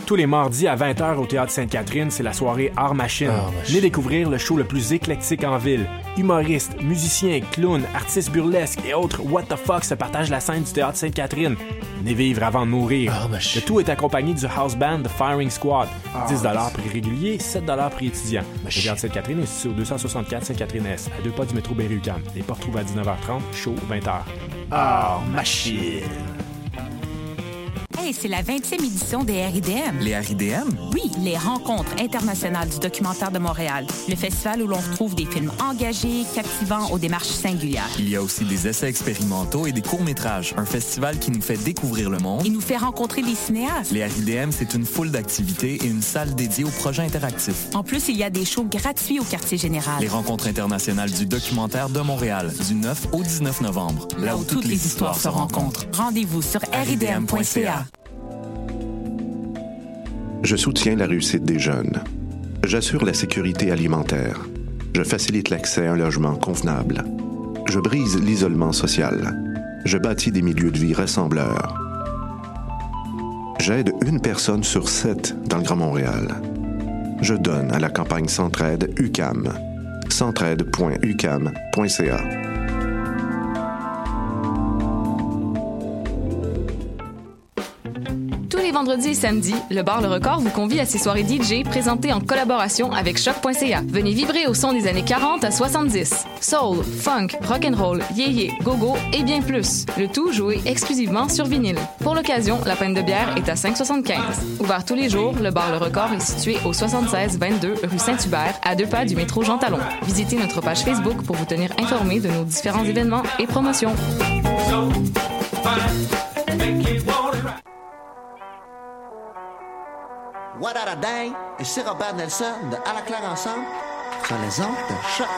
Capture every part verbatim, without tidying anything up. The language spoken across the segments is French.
Tous les mardis à vingt heures au Théâtre Sainte-Catherine, c'est la soirée Art Machine. Oh, Venez découvrir le show le plus éclectique en ville. Humoristes, musiciens, clowns, artistes burlesques et autres what the fuck se partagent la scène du Théâtre Sainte-Catherine. Venez vivre avant de mourir. Oh, le tout est accompagné du house band The Firing Squad. dix dollars prix régulier, sept dollars prix étudiant. Le Théâtre Sainte-Catherine est situé au deux cent soixante-quatre Sainte-Catherine-Est, à deux pas du métro Berry-UQAM. Les portes trouvent à dix-neuf heures trente, show vingt heures. Ah, machine! Hey, c'est la vingtième édition des R I D M. Les R I D M? Oui, les Rencontres internationales du documentaire de Montréal. Le festival où l'on retrouve des films engagés, captivants, aux démarches singulières. Il y a aussi des essais expérimentaux et des courts-métrages. Un festival qui nous fait découvrir le monde. Et nous fait rencontrer des cinéastes. Les R I D M, c'est une foule d'activités et une salle dédiée aux projets interactifs. En plus, il y a des shows gratuits au quartier général. Les Rencontres internationales du documentaire de Montréal, du neuf au dix-neuf novembre. Là où, où toutes, toutes les histoires, histoires se rencontrent. Rendez-vous sur R I D M point C A. Je soutiens la réussite des jeunes. J'assure la sécurité alimentaire. Je facilite l'accès à un logement convenable. Je brise l'isolement social. Je bâtis des milieux de vie rassembleurs. J'aide une personne sur sept dans le Grand Montréal. Je donne à la campagne Centraide UQAM. centraide point u q a m point c a. Vendredi et samedi, le bar Le Record vous convie à ses soirées D J présentées en collaboration avec choc point c a. Venez vibrer au son des années quarante à soixante-dix. Soul, funk, rock'n'roll, yéyé, go-go et bien plus. Le tout joué exclusivement sur vinyle. Pour l'occasion, la pinte de bière est à cinq soixante-quinze. Ouvert tous les jours, le bar Le Record est situé au soixante-seize vingt-deux rue Saint-Hubert, à deux pas du métro Jean Talon. Visitez notre page Facebook pour vous tenir informé de nos différents événements et promotions. What a dang, et c'est Robert Nelson de À la claire ensemble sur les ondes de choc.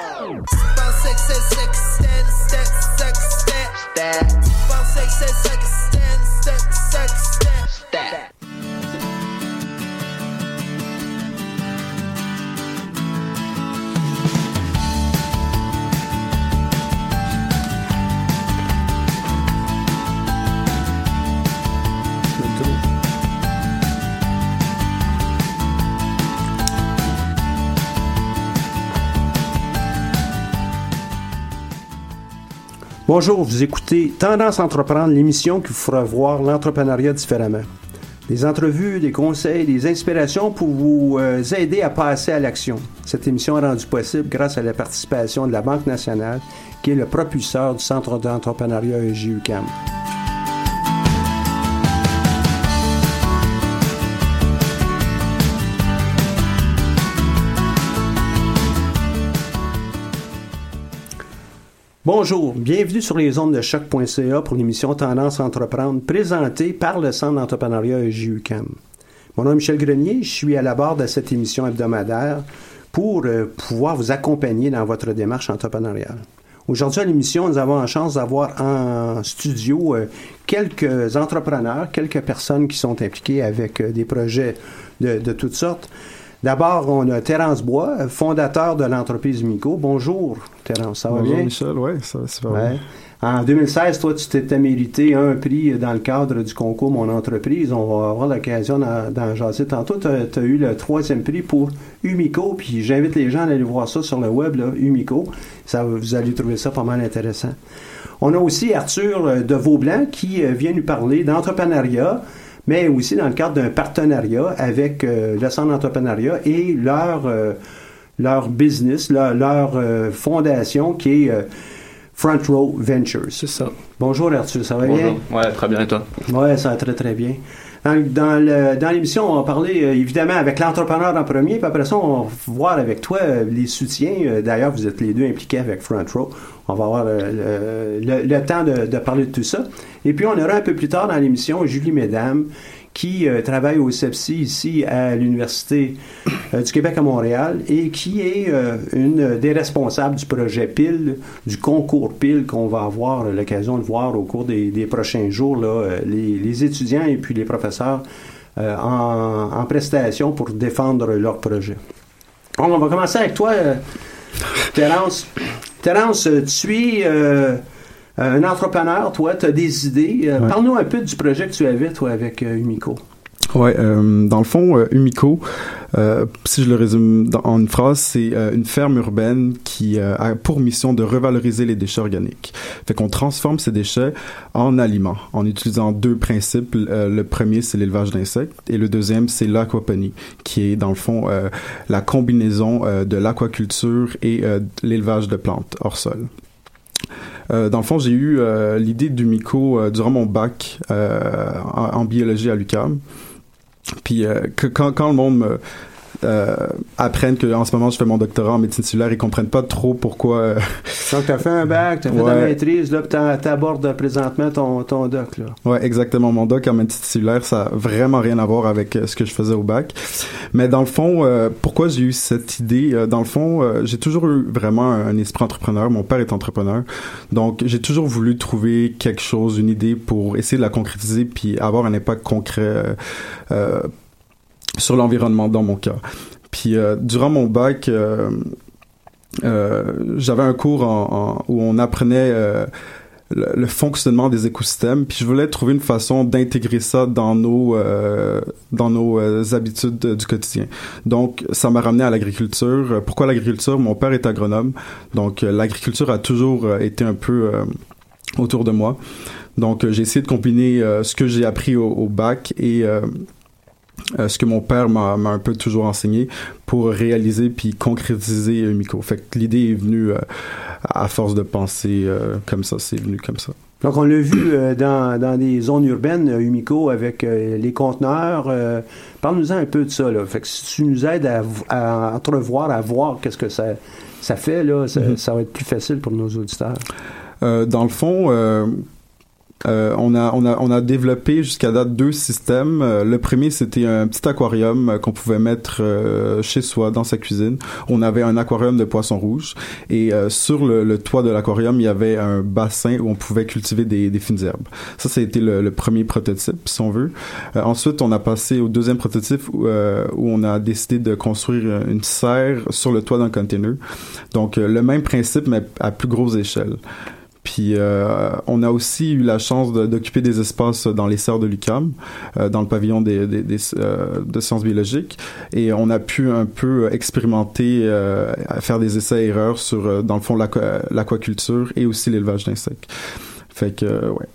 Bonjour, vous écoutez Tendance Entreprendre, l'émission qui vous fera voir l'entrepreneuriat différemment. Des entrevues, des conseils, des inspirations pour vous euh, aider à passer à l'action. Cette émission est rendue possible grâce à la participation de la Banque nationale, qui est le propulseur du Centre d'entrepreneuriat E J UQAM. Bonjour, bienvenue sur les ondes de choc point c a pour l'émission Tendance Entreprendre, présentée par le Centre d'entrepreneuriat E J UQAM. Mon nom est Michel Grenier, je suis à la barre de cette émission hebdomadaire pour euh, pouvoir vous accompagner dans votre démarche entrepreneuriale. Aujourd'hui à l'émission, nous avons la chance d'avoir en studio euh, quelques entrepreneurs, quelques personnes qui sont impliquées avec euh, des projets de, de toutes sortes. D'abord, on a Terence Bois, fondateur de l'entreprise Umico. Bonjour, Terence, ça va Bonjour, bien? Bonjour, Michel, oui, ça, ça va ouais. bien. En deux mille seize, toi, tu t'étais mérité un prix dans le cadre du concours Mon Entreprise. On va avoir l'occasion d'en, d'en jaser tantôt. Tu as eu le troisième prix pour Umico, puis j'invite les gens à aller voir ça sur le web, là, Umico. Ça, vous allez trouver ça pas mal intéressant. On a aussi Arthur de Vaublanc qui vient nous parler d'entrepreneuriat, mais aussi dans le cadre d'un partenariat avec euh, le Centre d'entrepreneuriat et leur, euh, leur business, leur, leur euh, fondation qui est euh, Front Row Ventures. C'est ça. Bonjour Arthur, ça va Bonjour. bien? Oui, très bien, et toi? Oui, ça va très très bien. Dans, dans, le, dans l'émission, on va parler euh, évidemment avec l'entrepreneur en premier, puis après ça, on va voir avec toi euh, les soutiens. Euh, d'ailleurs, vous êtes les deux impliqués avec Front Row. On va avoir euh, le, le, le temps de, de parler de tout ça. Et puis, on aura un peu plus tard dans l'émission Julie Mesdames, qui euh, travaille au C E P C ici à l'Université euh, du Québec à Montréal et qui est euh, une des responsables du projet P I L, du concours P I L qu'on va avoir l'occasion de voir au cours des, des prochains jours, là, euh, les, les étudiants et puis les professeurs euh, en, en prestation pour défendre leur projet. Bon, on va commencer avec toi, euh, Terence. Terence, tu es euh, un entrepreneur, toi, tu as des idées. Euh, ouais. Parle-nous un peu du projet que tu avais, toi, avec euh, Umico. Ouais, euh, dans le fond, euh, Umico, euh, si je le résume dans, en une phrase, c'est euh, une ferme urbaine qui euh, a pour mission de revaloriser les déchets organiques. Fait qu'on transforme ces déchets en aliments en utilisant deux principes. Euh, le premier, c'est l'élevage d'insectes et le deuxième, c'est l'aquaponie, qui est dans le fond euh, la combinaison euh, de l'aquaculture et euh, l'élevage de plantes hors sol. Euh, dans le fond, j'ai eu euh, l'idée d'Umico euh, durant mon bac euh, en, en biologie à l'U Q A M. Puis euh, que, quand, quand le monde me euh, apprenne qu'en ce moment je fais mon doctorat en médecine cellulaire, ils comprennent pas trop pourquoi. Euh... Donc t'as fait un bac, t'as fait ouais. ta maîtrise, là, puis t'abordes présentement ton, ton doc, là. Ouais, exactement. Mon doc en médecine cellulaire, ça a vraiment rien à voir avec euh, ce que je faisais au bac. Mais dans le fond, euh, pourquoi j'ai eu cette idée? Euh, dans le fond, euh, j'ai toujours eu vraiment un, un esprit entrepreneur. Mon père est entrepreneur. Donc, j'ai toujours voulu trouver quelque chose, une idée pour essayer de la concrétiser puis avoir un impact concret euh, euh, sur l'environnement dans mon cas. Puis euh, durant mon bac, euh, euh, j'avais un cours en, en, où on apprenait euh, le, le fonctionnement des écosystèmes. Puis je voulais trouver une façon d'intégrer ça dans nos euh, dans nos euh, habitudes de, du quotidien. Donc ça m'a ramené à l'agriculture. Pourquoi l'agriculture? Mon père est agronome, donc euh, l'agriculture a toujours euh, été un peu euh, autour de moi. Donc euh, j'ai essayé de combiner euh, ce que j'ai appris au, au bac et euh, Euh, ce que mon père m'a, m'a un peu toujours enseigné pour réaliser puis concrétiser Umico. Fait que l'idée est venue euh, à force de penser euh, comme ça, c'est venu comme ça. Donc on l'a vu euh, dans, dans des zones urbaines, Umico, avec euh, les conteneurs. Euh, parle-nous-en un peu de ça, là. Fait que si tu nous aides à, à entrevoir, à voir qu'est-ce que ça, ça fait, là, ça, mm-hmm. ça va être plus facile pour nos auditeurs. Euh, dans le fond... Euh, Euh, on a on a on a développé jusqu'à date deux systèmes. Euh, le premier, c'était un petit aquarium euh, qu'on pouvait mettre euh, chez soi dans sa cuisine. On avait un aquarium de poissons rouges et euh, sur le, le toit de l'aquarium, il y avait un bassin où on pouvait cultiver des, des fines herbes. Ça, ça a été le, le premier prototype, si on veut. Euh, ensuite, on a passé au deuxième prototype où, euh, où on a décidé de construire une serre sur le toit d'un container. Donc, euh, le même principe, mais à plus grosse échelle. Puis euh, on a aussi eu la chance de, d'occuper des espaces dans les serres de l'U Q A M, euh, dans le pavillon des, des, des, euh, de sciences biologiques, et on a pu un peu expérimenter, euh, faire des essais-erreurs sur, euh, dans le fond, l'aqua- l'aquaculture et aussi l'élevage d'insectes. Fait que, euh, ouais.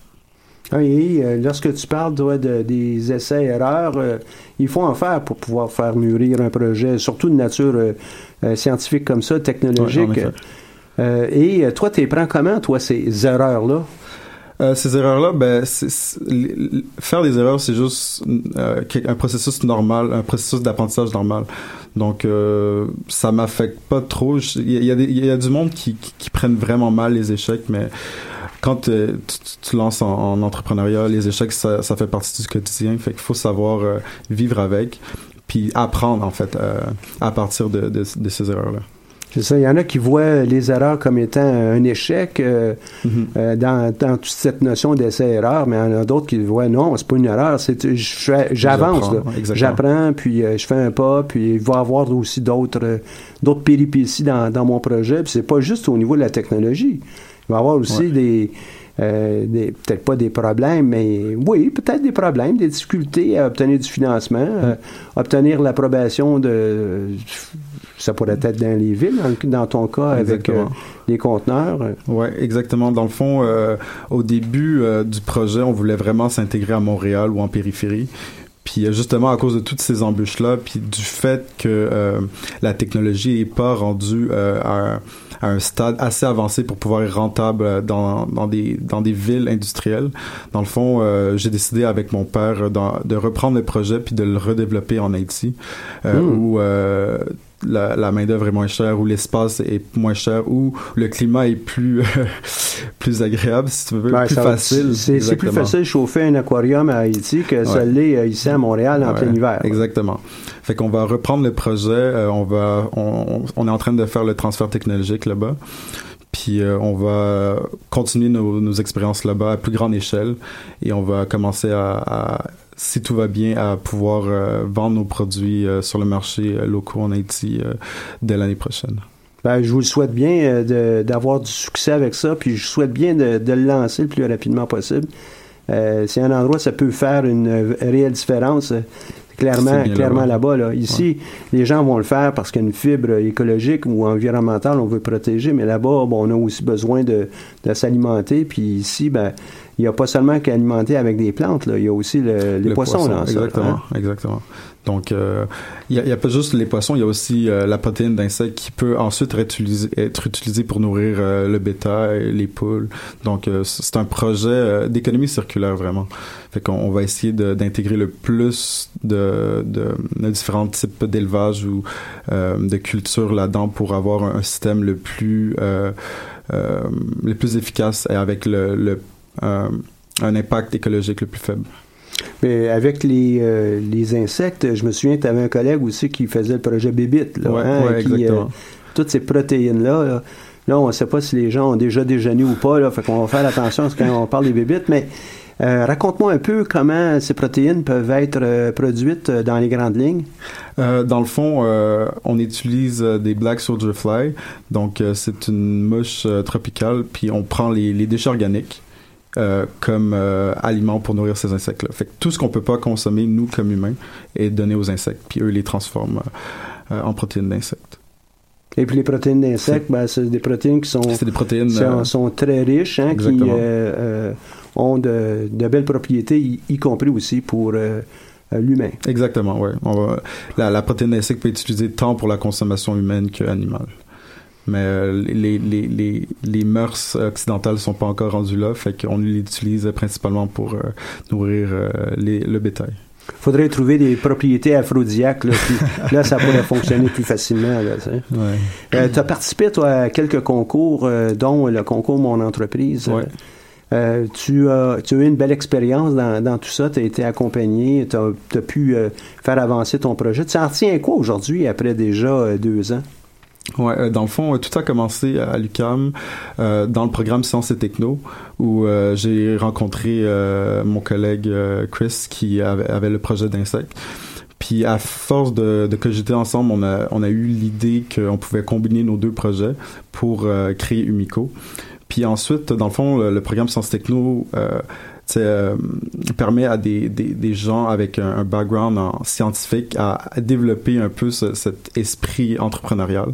Oui, euh, lorsque tu parles toi, de, des essais-erreurs, euh, il faut en faire pour pouvoir faire mûrir un projet, surtout de nature euh, euh, scientifique comme ça, technologique. Ouais, Euh, et toi, tu les prends comment, toi, ces erreurs-là? Euh, ces erreurs-là, ben, c'est, c'est, faire des erreurs, c'est juste euh, un processus normal, un processus d'apprentissage normal. Donc, euh, ça m'affecte pas trop. Il y, y, a des, il y a du monde qui, qui, qui prennent vraiment mal les échecs, mais quand euh, tu, tu lances en, en entrepreneuriat, les échecs, ça, ça fait partie du quotidien. Fait qu'il faut savoir euh, vivre avec, puis apprendre, en fait, euh, à partir de, de, de ces erreurs-là. C'est ça. Il y en a qui voient les erreurs comme étant un échec euh, mm-hmm. euh, dans, dans toute cette notion d'essai-erreur, mais il y en a d'autres qui voient non, c'est pas une erreur, c'est je fais, j'avance, là. J'apprends, puis euh, je fais un pas, puis il va y avoir aussi d'autres euh, d'autres péripéties dans, dans mon projet. Puis c'est pas juste au niveau de la technologie. Il va y avoir aussi ouais. des Euh, des, peut-être pas des problèmes, mais oui, peut-être des problèmes, des difficultés à obtenir du financement, mmh. euh, obtenir l'approbation de... Ça pourrait être dans les villes, dans, dans ton cas, exactement. Avec euh, les conteneurs. Oui, exactement. Dans le fond, euh, au début euh, du projet, on voulait vraiment s'intégrer à Montréal ou en périphérie. Puis justement, à cause de toutes ces embûches-là, puis du fait que euh, la technologie n'est pas rendue euh, à, à un stade assez avancé pour pouvoir être rentable dans, dans, des, dans des villes industrielles, dans le fond, euh, j'ai décidé avec mon père dans, de reprendre le projet puis de le redévelopper en Haïti, euh, mmh. où... Euh, La, la main-d'œuvre est moins chère, où l'espace est moins cher, où le climat est plus plus agréable, si tu veux, ben, plus facile. C'est, c'est plus facile de chauffer un aquarium à Haïti que ouais. ça l'est ici à Montréal en ouais, plein hiver. Exactement. Fait qu'on va reprendre le projet, euh, on va, on, on est en train de faire le transfert technologique là-bas. Puis euh, on va continuer nos, nos expériences là-bas à plus grande échelle et on va commencer à, à si tout va bien, à pouvoir euh, vendre nos produits euh, sur le marché euh, locaux en Haïti euh, dès l'année prochaine. Ben, je vous le souhaite bien euh, de, d'avoir du succès avec ça, puis je souhaite bien de, de le lancer le plus rapidement possible. Euh, c'est un endroit où ça peut faire une réelle différence. Clairement, clairement là-bas. là-bas là. Ici, ouais. les gens vont le faire parce qu'il y a une fibre écologique ou environnementale, on veut protéger, mais là-bas, bon, on a aussi besoin de, de s'alimenter. Puis ici, ben, il n'y a pas seulement qu'à alimenter avec des plantes, là. Il y a aussi le, les le poissons poisson, dans exactement, ça. Hein? Exactement. Donc, euh, il n'y a, a pas juste les poissons, il y a aussi euh, la protéine d'insectes qui peut ensuite être utilisée, être utilisée pour nourrir euh, le bétail, les poules. Donc, euh, c'est un projet euh, d'économie circulaire, vraiment. Fait qu'on on va essayer de, d'intégrer le plus de, de, de différents types d'élevage ou euh, de culture là-dedans pour avoir un, un système le plus, euh, euh, le plus efficace et avec le, le euh, un impact écologique le plus faible. Mais avec les, euh, les insectes, je me souviens que tu avais un collègue aussi qui faisait le projet Bébite, là, ouais, hein, ouais, qui, exactement. Euh, toutes ces protéines-là, là, là on ne sait pas si les gens ont déjà déjeuné ou pas, là, fait qu'on va faire attention quand on parle des bébites, mais euh, raconte-moi un peu comment ces protéines peuvent être euh, produites dans les grandes lignes. Euh, dans le fond, euh, on utilise euh, des Black Soldier Fly, donc euh, c'est une mouche euh, tropicale, puis on prend les, les déchets organiques Euh, comme euh, aliment pour nourrir ces insectes-là. Fait que tout ce qu'on peut pas consommer, nous, comme humains, est donné aux insectes, puis eux les transforment euh, en protéines d'insectes. Et puis les protéines d'insectes, c'est, ben, c'est des protéines qui sont, c'est des protéines, sont, euh, sont très riches, hein, qui euh, euh, ont de, de belles propriétés, y, y compris aussi pour euh, l'humain. Exactement, oui. La, la protéine d'insecte peut être utilisée tant pour la consommation humaine qu'animale. Mais euh, les, les, les, les mœurs occidentales sont pas encore rendues là, fait qu'on l'utilise principalement pour euh, nourrir euh, les, le bétail. Faudrait trouver des propriétés aphrodisiaques, là, puis là, ça pourrait fonctionner plus facilement. Là, ouais. euh, tu as participé, toi, à quelques concours, euh, dont le concours Mon Entreprise. Ouais. Euh, tu, as, tu as eu une belle expérience dans, dans tout ça, tu as été accompagné, tu as pu euh, faire avancer ton projet. Tu en retiens quoi aujourd'hui, après déjà euh, deux ans? Ouais, euh, dans le fond, euh, tout a commencé à l'U Q A M euh, dans le programme Sciences et Techno où euh, j'ai rencontré euh, mon collègue euh, Chris qui avait, avait le projet d'insectes. Puis à force de, de cogiter ensemble, on a, on a eu l'idée qu'on pouvait combiner nos deux projets pour euh, créer Umico. Puis ensuite, dans le fond, le, le programme Sciences et Techno euh, Euh, permet à des, des, des gens avec un, un background en scientifique à, à développer un peu ce, cet esprit entrepreneurial.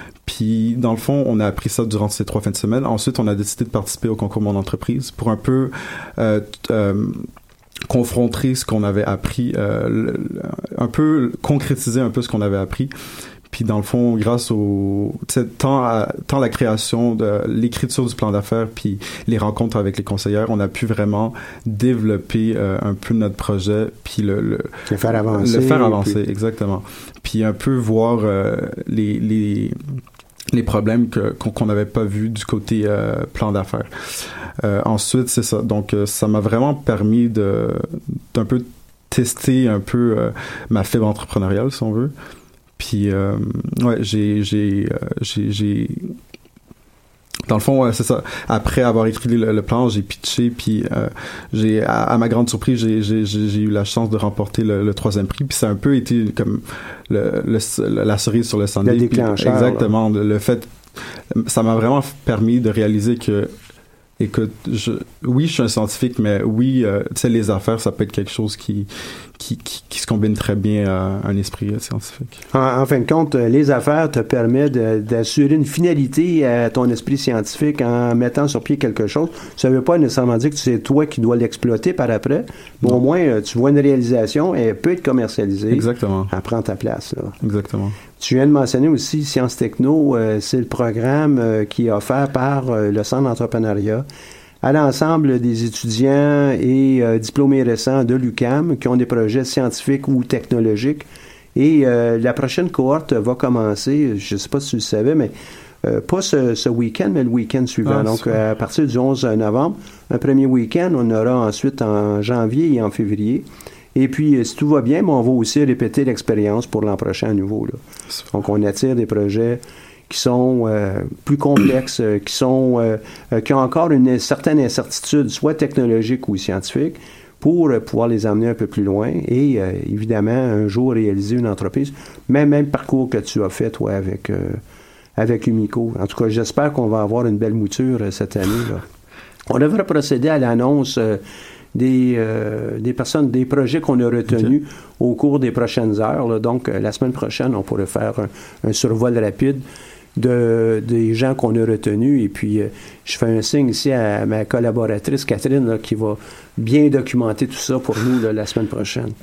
Puis, dans le fond, on a appris ça durant ces trois fins de semaine. Ensuite, on a décidé de participer au concours Mon Entreprise pour un peu euh, euh, confronter ce qu'on avait appris, euh, le, un peu concrétiser un peu ce qu'on avait appris. Puis dans le fond, grâce au tant à, tant la création de l'écriture du plan d'affaires, puis les rencontres avec les conseillères, on a pu vraiment développer euh, un peu notre projet, puis le le, le faire avancer. Le faire avancer, puis... exactement. Puis un peu voir euh, les les les problèmes que, qu'on n'avait pas vus du côté euh, plan d'affaires. Euh, ensuite, c'est ça. Donc, euh, ça m'a vraiment permis de d'un peu tester un peu euh, ma fibre entrepreneuriale, si on veut. Puis, euh, ouais, j'ai, j'ai, euh, j'ai, j'ai... Dans le fond, ouais, c'est ça. Après avoir écrit le, le plan, j'ai pitché, puis euh, j'ai, à, à ma grande surprise, j'ai, j'ai, j'ai eu la chance de remporter le, le troisième prix. Puis ça a un peu été comme le, le, la cerise sur le sundae. Le déclencheur. Exactement. Le, le fait, ça m'a vraiment permis de réaliser que, écoute, je, oui, je suis un scientifique, mais oui, euh, tu sais, les affaires, ça peut être quelque chose qui, qui, qui, qui se combine très bien à un esprit scientifique. En, en fin de compte, les affaires te permettent de, d'assurer une finalité à ton esprit scientifique en mettant sur pied quelque chose. Ça ne veut pas nécessairement dire que c'est toi qui dois l'exploiter par après, mais non. Au moins, tu vois une réalisation, elle peut être commercialisée. Exactement. Elle prend ta place, là. Exactement. Tu viens de mentionner aussi Sciences Techno, euh, c'est le programme euh, qui est offert par euh, le Centre d'entrepreneuriat à l'ensemble des étudiants et euh, diplômés récents de l'U Q A M qui ont des projets scientifiques ou technologiques. Et euh, la prochaine cohorte va commencer, je ne sais pas si tu le savais, mais euh, pas ce, ce week-end, mais le week-end suivant. Ah, Donc, euh, à partir du onze novembre, un premier week-end, on aura ensuite en janvier et en février. Et puis, si tout va bien, on va aussi répéter l'expérience pour l'an prochain à nouveau, là. Donc, on attire des projets qui sont euh, plus complexes, euh, qui sont euh, euh, qui ont encore une certaine incertitude, soit technologique ou scientifique, pour euh, pouvoir les amener un peu plus loin et, euh, évidemment, un jour réaliser une entreprise. Même, même parcours que tu as fait, toi, avec, euh, avec Umico. En tout cas, j'espère qu'on va avoir une belle mouture euh, cette année, là. On devrait procéder à l'annonce... Euh, des, euh, des personnes, des projets qu'on a retenus okay. au cours des prochaines heures. Là. Donc, euh, la semaine prochaine, on pourrait faire un, un survol rapide de, des gens qu'on a retenus. Et puis, euh, je fais un signe ici à ma collaboratrice Catherine là, qui va bien documenter tout ça pour nous là, la semaine prochaine.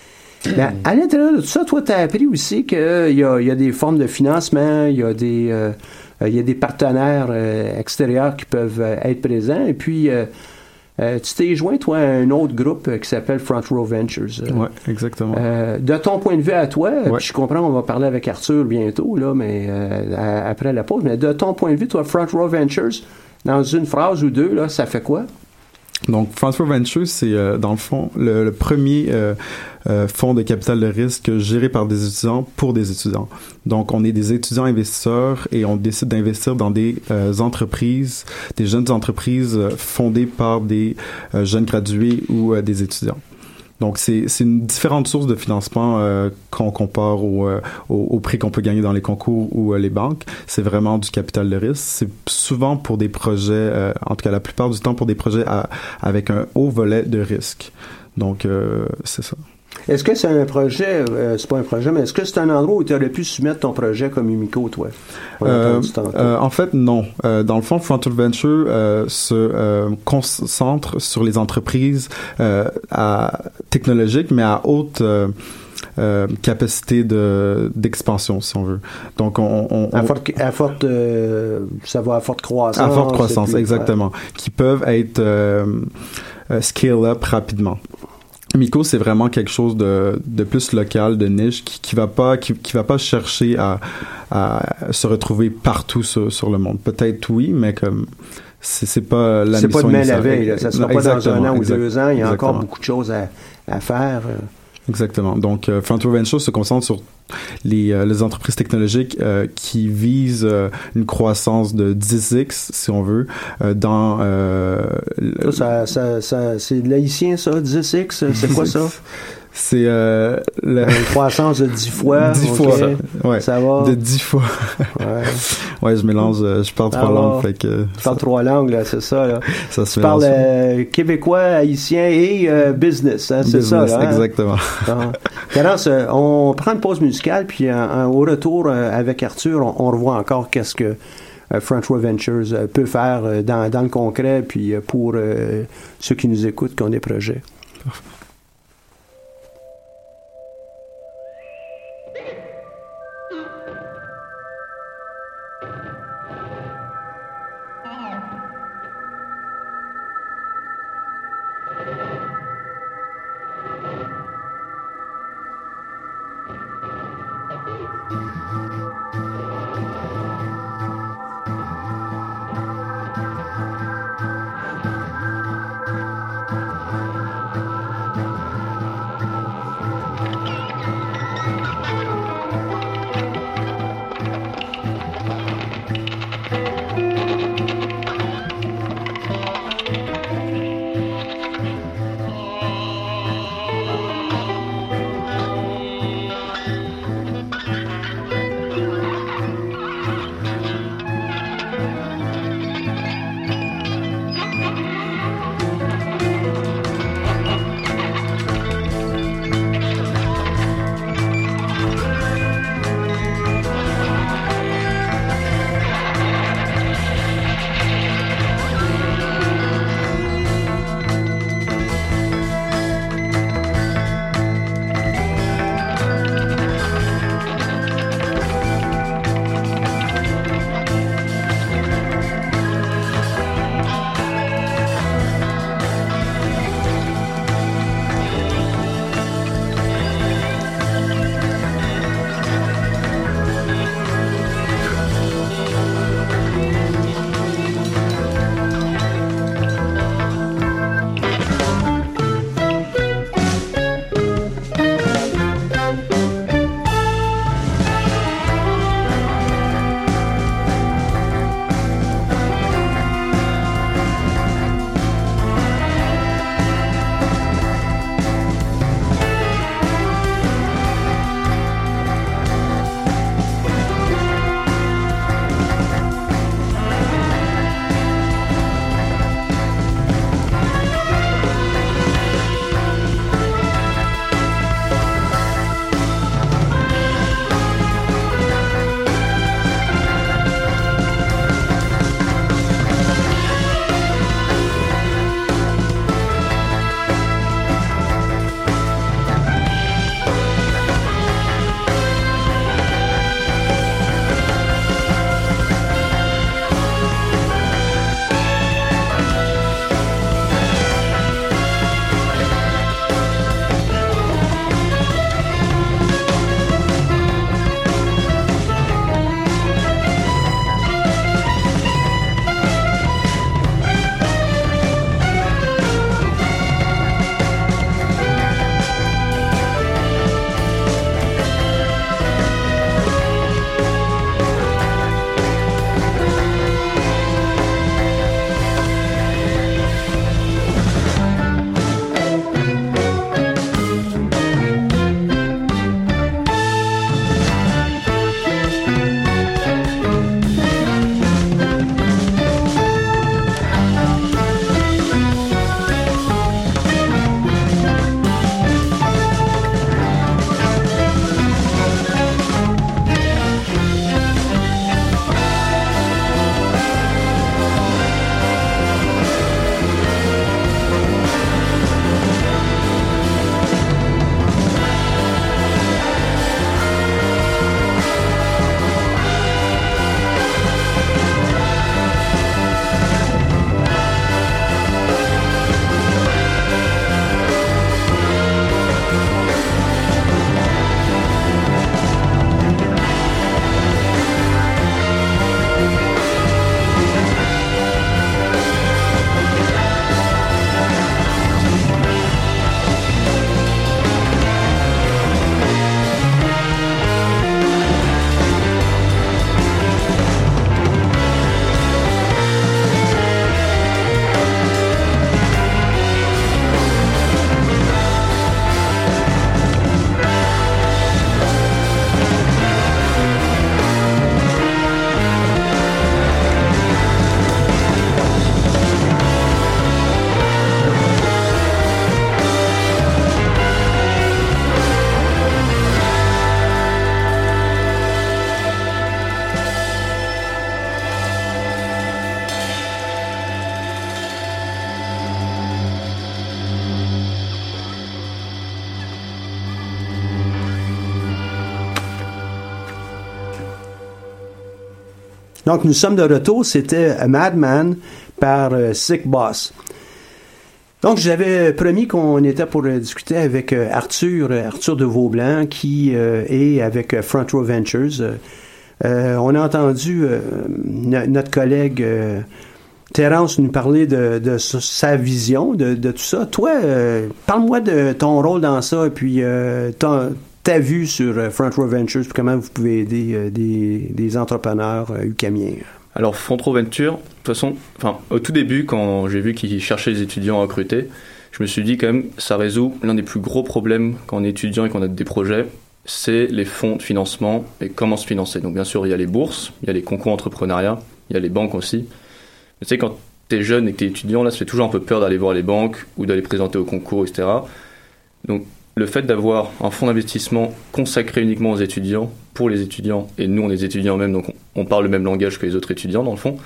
Ben, à l'intérieur de tout ça, toi, tu as appris aussi qu'il y a, y a des formes de financement, il y a des, euh, il y a des partenaires euh, extérieurs qui peuvent euh, être présents. Et puis, euh, euh, tu t'es joint, toi, à un autre groupe euh, qui s'appelle Front Row Ventures. Euh, oui, exactement. Euh, de ton point de vue à toi, ouais. puis je comprends, on va parler avec Arthur bientôt, là, mais euh, à, après la pause, mais de ton point de vue, toi, Front Row Ventures, dans une phrase ou deux, là, ça fait quoi? Donc, Front Row Ventures, c'est euh, dans le fond le, le premier euh, euh, fonds de capital de risque géré par des étudiants pour des étudiants. Donc, on est des étudiants investisseurs et on décide d'investir dans des euh, entreprises, des jeunes entreprises euh, fondées par des euh, jeunes gradués ou euh, des étudiants. Donc, c'est, c'est une différente source de financement euh, quand on compare au, euh, au, au prix qu'on peut gagner dans les concours ou euh, les banques. C'est vraiment du capital de risque. C'est souvent pour des projets, euh, en tout cas la plupart du temps pour des projets à, avec un haut volet de risque. Donc, euh, c'est ça. Est-ce que c'est un projet, euh, c'est pas un projet, mais est-ce que c'est un endroit où tu aurais pu soumettre ton projet comme Umico, toi? Euh, euh, en fait, non. Euh, dans le fond, Front Row Venture euh, se euh, concentre sur les entreprises euh, à, technologiques, mais à haute euh, euh, capacité de, d'expansion, si on veut. Donc, on... on, on à forte, à forte euh, ça va à forte croissance. À forte croissance, exactement. Ouais. Qui peuvent être euh, euh, scale-up rapidement. Umico, c'est vraiment quelque chose de, de plus local, de niche, qui, qui va pas, qui, qui va pas chercher à, à se retrouver partout sur, sur le monde. Peut-être oui, mais comme, c'est, c'est pas la c'est mission. C'est pas demain la veille, là. Ça sera pas dans un an ou exact, deux ans. Il y a exactement. encore beaucoup de choses à, à faire. Exactement. Donc, euh, Front Row Ventures se concentre sur les, euh, les entreprises technologiques euh, qui visent euh, une croissance de dix x, si on veut, euh, dans... Euh, ça, ça, ça, ça, c'est de l'haïtien, ça, dix x? C'est quoi ça? C'est euh, la... une croissance de dix fois. dix okay. fois. Ouais. Ça va. De dix fois. ouais. ouais, je mélange, je parle trois ah, langues. Fait que, tu parles trois langues, là, c'est ça, là. Ça se tu parles euh, québécois, haïtien et euh, business, hein, c'est business, ça, là. Hein? Exactement. Clarence, on prend une pause musicale, puis euh, au retour euh, avec Arthur, on, on revoit encore qu'est-ce que euh, Front Row Ventures euh, peut faire euh, dans, dans le concret, puis euh, pour euh, ceux qui nous écoutent, qui ont des projets. Parfait. Donc, nous sommes de retour. C'était Madman par euh, Sick Boss. Donc, j'avais promis qu'on était pour euh, discuter avec euh, Arthur, euh, Arthur de Vaublanc, qui euh, est avec euh, Front Row Ventures. Euh, on a entendu euh, no- notre collègue euh, Terence nous parler de, de sa vision, de, de tout ça. Toi, euh, parle-moi de ton rôle dans ça et puis euh, ton, ta vue sur euh, Front Row Ventures, puis comment vous pouvez aider euh, des, des entrepreneurs euh, ucamiens. Alors, Front Row Ventures, de toute façon, enfin, au tout début, quand j'ai vu qu'ils cherchaient des étudiants à recruter, je me suis dit quand même, ça résout l'un des plus gros problèmes quand on est étudiant et qu'on a des projets, c'est les fonds de financement et comment se financer. Donc bien sûr, il y a les bourses, il y a les concours entrepreneuriat, il y a les banques aussi. Mais tu sais, quand t'es jeune et que t'es étudiant, là, ça fait toujours un peu peur d'aller voir les banques ou d'aller présenter au concours, et cetera. Donc le fait d'avoir un fonds d'investissement consacré uniquement aux étudiants, pour les étudiants, et nous on est des étudiants même, donc on, on parle le même langage que les autres étudiants dans le fond,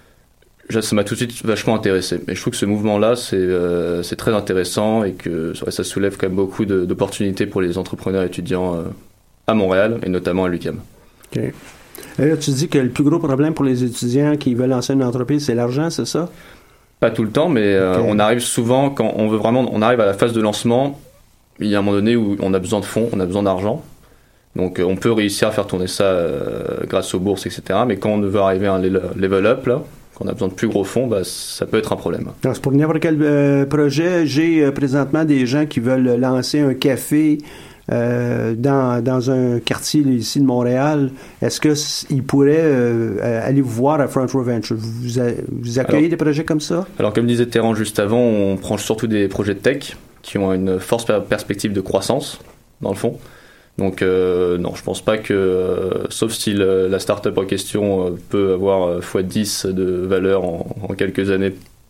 ça m'a tout de suite vachement intéressé. Et je trouve que ce mouvement-là, c'est, euh, c'est très intéressant et que ouais, ça soulève quand même beaucoup de, d'opportunités pour les entrepreneurs étudiants euh, à Montréal et notamment à l'U Q A M. OK. Et là, tu dis que le plus gros problème pour les étudiants qui veulent lancer une entreprise, c'est l'argent, c'est ça? Pas tout le temps, mais euh, okay. on arrive souvent, quand on veut vraiment, on arrive à la phase de lancement, il y a un moment donné où on a besoin de fonds, on a besoin d'argent. Donc on peut réussir à faire tourner ça euh, grâce aux bourses, et cetera. Mais quand on veut arriver à un level up, là, quand on a besoin de plus gros fonds, bah, ça peut être un problème. Donc, c'est pour n'importe quel euh, projet. J'ai euh, présentement des gens qui veulent lancer un café euh, dans, dans un quartier là, ici de Montréal. Est-ce qu'ils pourraient euh, aller vous voir à Front Row Ventures? Vous, a, vous accueillez alors, des projets comme ça? Alors comme disait Terence juste avant, on prend surtout des projets de tech qui ont une forte perspective de croissance, dans le fond. Donc euh, non, je pense pas que, euh, sauf si le, la start-up en question euh, peut avoir euh, fois dix de valeur en, en quelques années,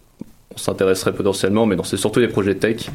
on s'intéresserait potentiellement, mais non, c'est surtout des projets tech.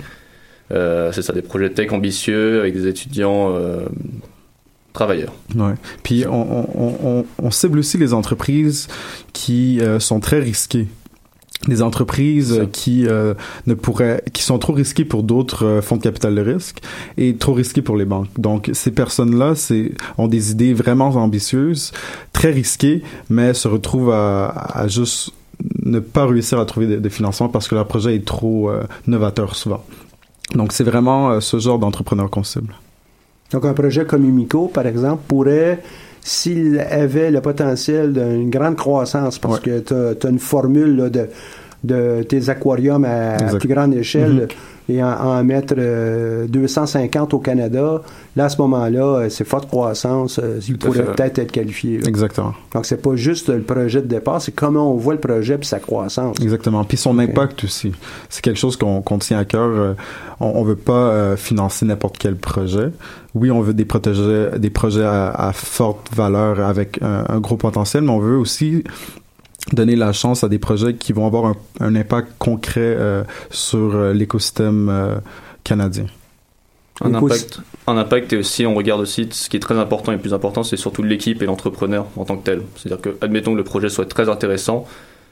Euh, c'est ça, des projets tech ambitieux avec des étudiants euh, travailleurs. Ouais. Puis on, on, on, on cible aussi les entreprises qui euh, sont très risquées. Des entreprises ça. qui euh, ne pourraient, qui sont trop risquées pour d'autres euh, fonds de capital de risque et trop risquées pour les banques. Donc ces personnes-là, c'est ont des idées vraiment ambitieuses, très risquées, mais se retrouvent à, à juste ne pas réussir à trouver de, de financement parce que leur projet est trop euh, novateur souvent. Donc c'est vraiment euh, ce genre d'entrepreneur qu'on cible. Donc un projet comme Umico, par exemple, pourrait, s'il avait le potentiel d'une grande croissance, parce ouais. que tu as une formule là, de, de tes aquariums à, à plus grande échelle mm-hmm. et en, en mettre euh, deux cent cinquante au Canada, là, à ce moment-là, c'est forte croissance, euh, il pourrait fait. peut-être être qualifié. Là. Exactement. Donc, c'est pas juste le projet de départ, c'est comment on voit le projet puis sa croissance. Exactement. Puis son okay. impact aussi. C'est quelque chose qu'on, qu'on tient à cœur. On, on veut pas euh, financer n'importe quel projet. Oui, on veut des projets, des projets à, à forte valeur avec un, un gros potentiel, mais on veut aussi donner la chance à des projets qui vont avoir un, un impact concret euh, sur euh, l'écosystème euh, canadien. Un impact, un impact et aussi, on regarde aussi ce qui est très important et le plus important, c'est surtout l'équipe et l'entrepreneur en tant que tel. C'est-à-dire que, admettons que le projet soit très intéressant,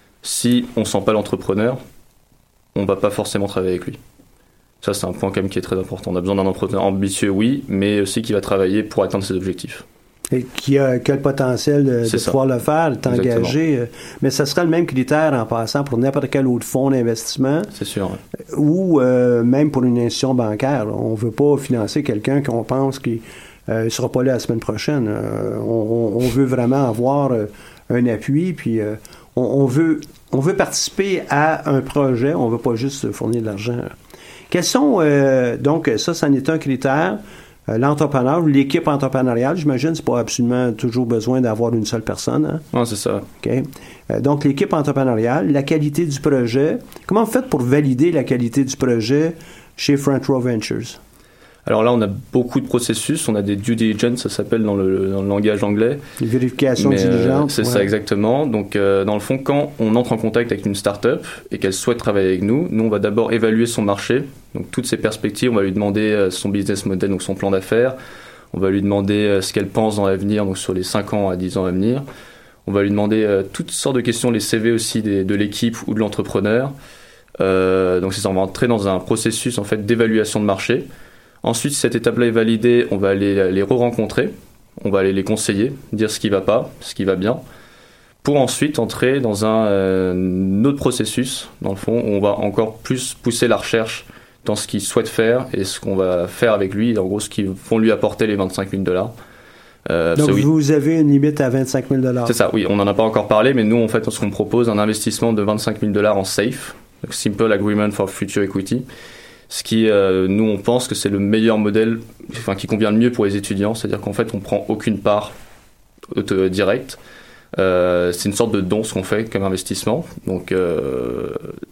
si on ne sent pas l'entrepreneur, on ne va pas forcément travailler avec lui. Ça, c'est un point quand même qui est très important. On a besoin d'un entrepreneur ambitieux, oui, mais aussi qui va travailler pour atteindre ses objectifs. Et qui a, qui a le potentiel de, de pouvoir le faire, t'engager. Mais ça sera le même critère en passant pour n'importe quel autre fonds d'investissement. C'est sûr. Ouais. Ou euh, même pour une institution bancaire. On ne veut pas financer quelqu'un qu'on pense qu'il ne euh, sera pas là la semaine prochaine. Euh, on, on veut vraiment avoir euh, un appui, puis euh, on, on, veut, on veut participer à un projet. On ne veut pas juste fournir de l'argent. Quels sont, euh, donc, ça, c'en est un critère. Euh, l'entrepreneur, l'équipe entrepreneuriale, j'imagine, c'est pas absolument toujours besoin d'avoir une seule personne. Hein? Non, c'est ça. OK. Euh, donc, l'équipe entrepreneuriale, la qualité du projet. Comment vous faites pour valider la qualité du projet chez Front Row Ventures? Alors là, on a beaucoup de processus. On a des due diligence, ça s'appelle dans le, dans le langage anglais. Les vérifications diligentes. Euh, c'est ouais. ça, exactement. Donc, euh, dans le fond, quand on entre en contact avec une start-up et qu'elle souhaite travailler avec nous, nous, on va d'abord évaluer son marché. Donc, toutes ses perspectives, on va lui demander euh, son business model, donc son plan d'affaires. On va lui demander euh, ce qu'elle pense dans l'avenir, donc sur les cinq ans à dix ans à venir. On va lui demander euh, toutes sortes de questions, les C V aussi des, de l'équipe ou de l'entrepreneur. Euh, donc, c'est ça, on va entrer dans un processus en fait, d'évaluation de marché. Ensuite, si cette étape-là est validée, on va aller les re-rencontrer, on va aller les conseiller, dire ce qui ne va pas, ce qui va bien, pour ensuite entrer dans un, euh, un autre processus, dans le fond, où on va encore plus pousser la recherche dans ce qu'il souhaite faire et ce qu'on va faire avec lui, en gros ce qu'ils vont lui apporter les vingt-cinq mille dollars. Euh, Donc oui. Vous avez une limite à vingt-cinq mille dollars. C'est ça, oui, on n'en a pas encore parlé, mais nous en fait ce qu'on propose, un investissement de vingt-cinq mille dollars en SAFE, donc Simple Agreement for Future Equity, ce qui, euh, nous on pense que c'est le meilleur modèle, enfin qui convient le mieux pour les étudiants, c'est-à-dire qu'en fait on prend aucune part auto- directe. Euh, c'est une sorte de don ce qu'on fait comme investissement. Donc euh,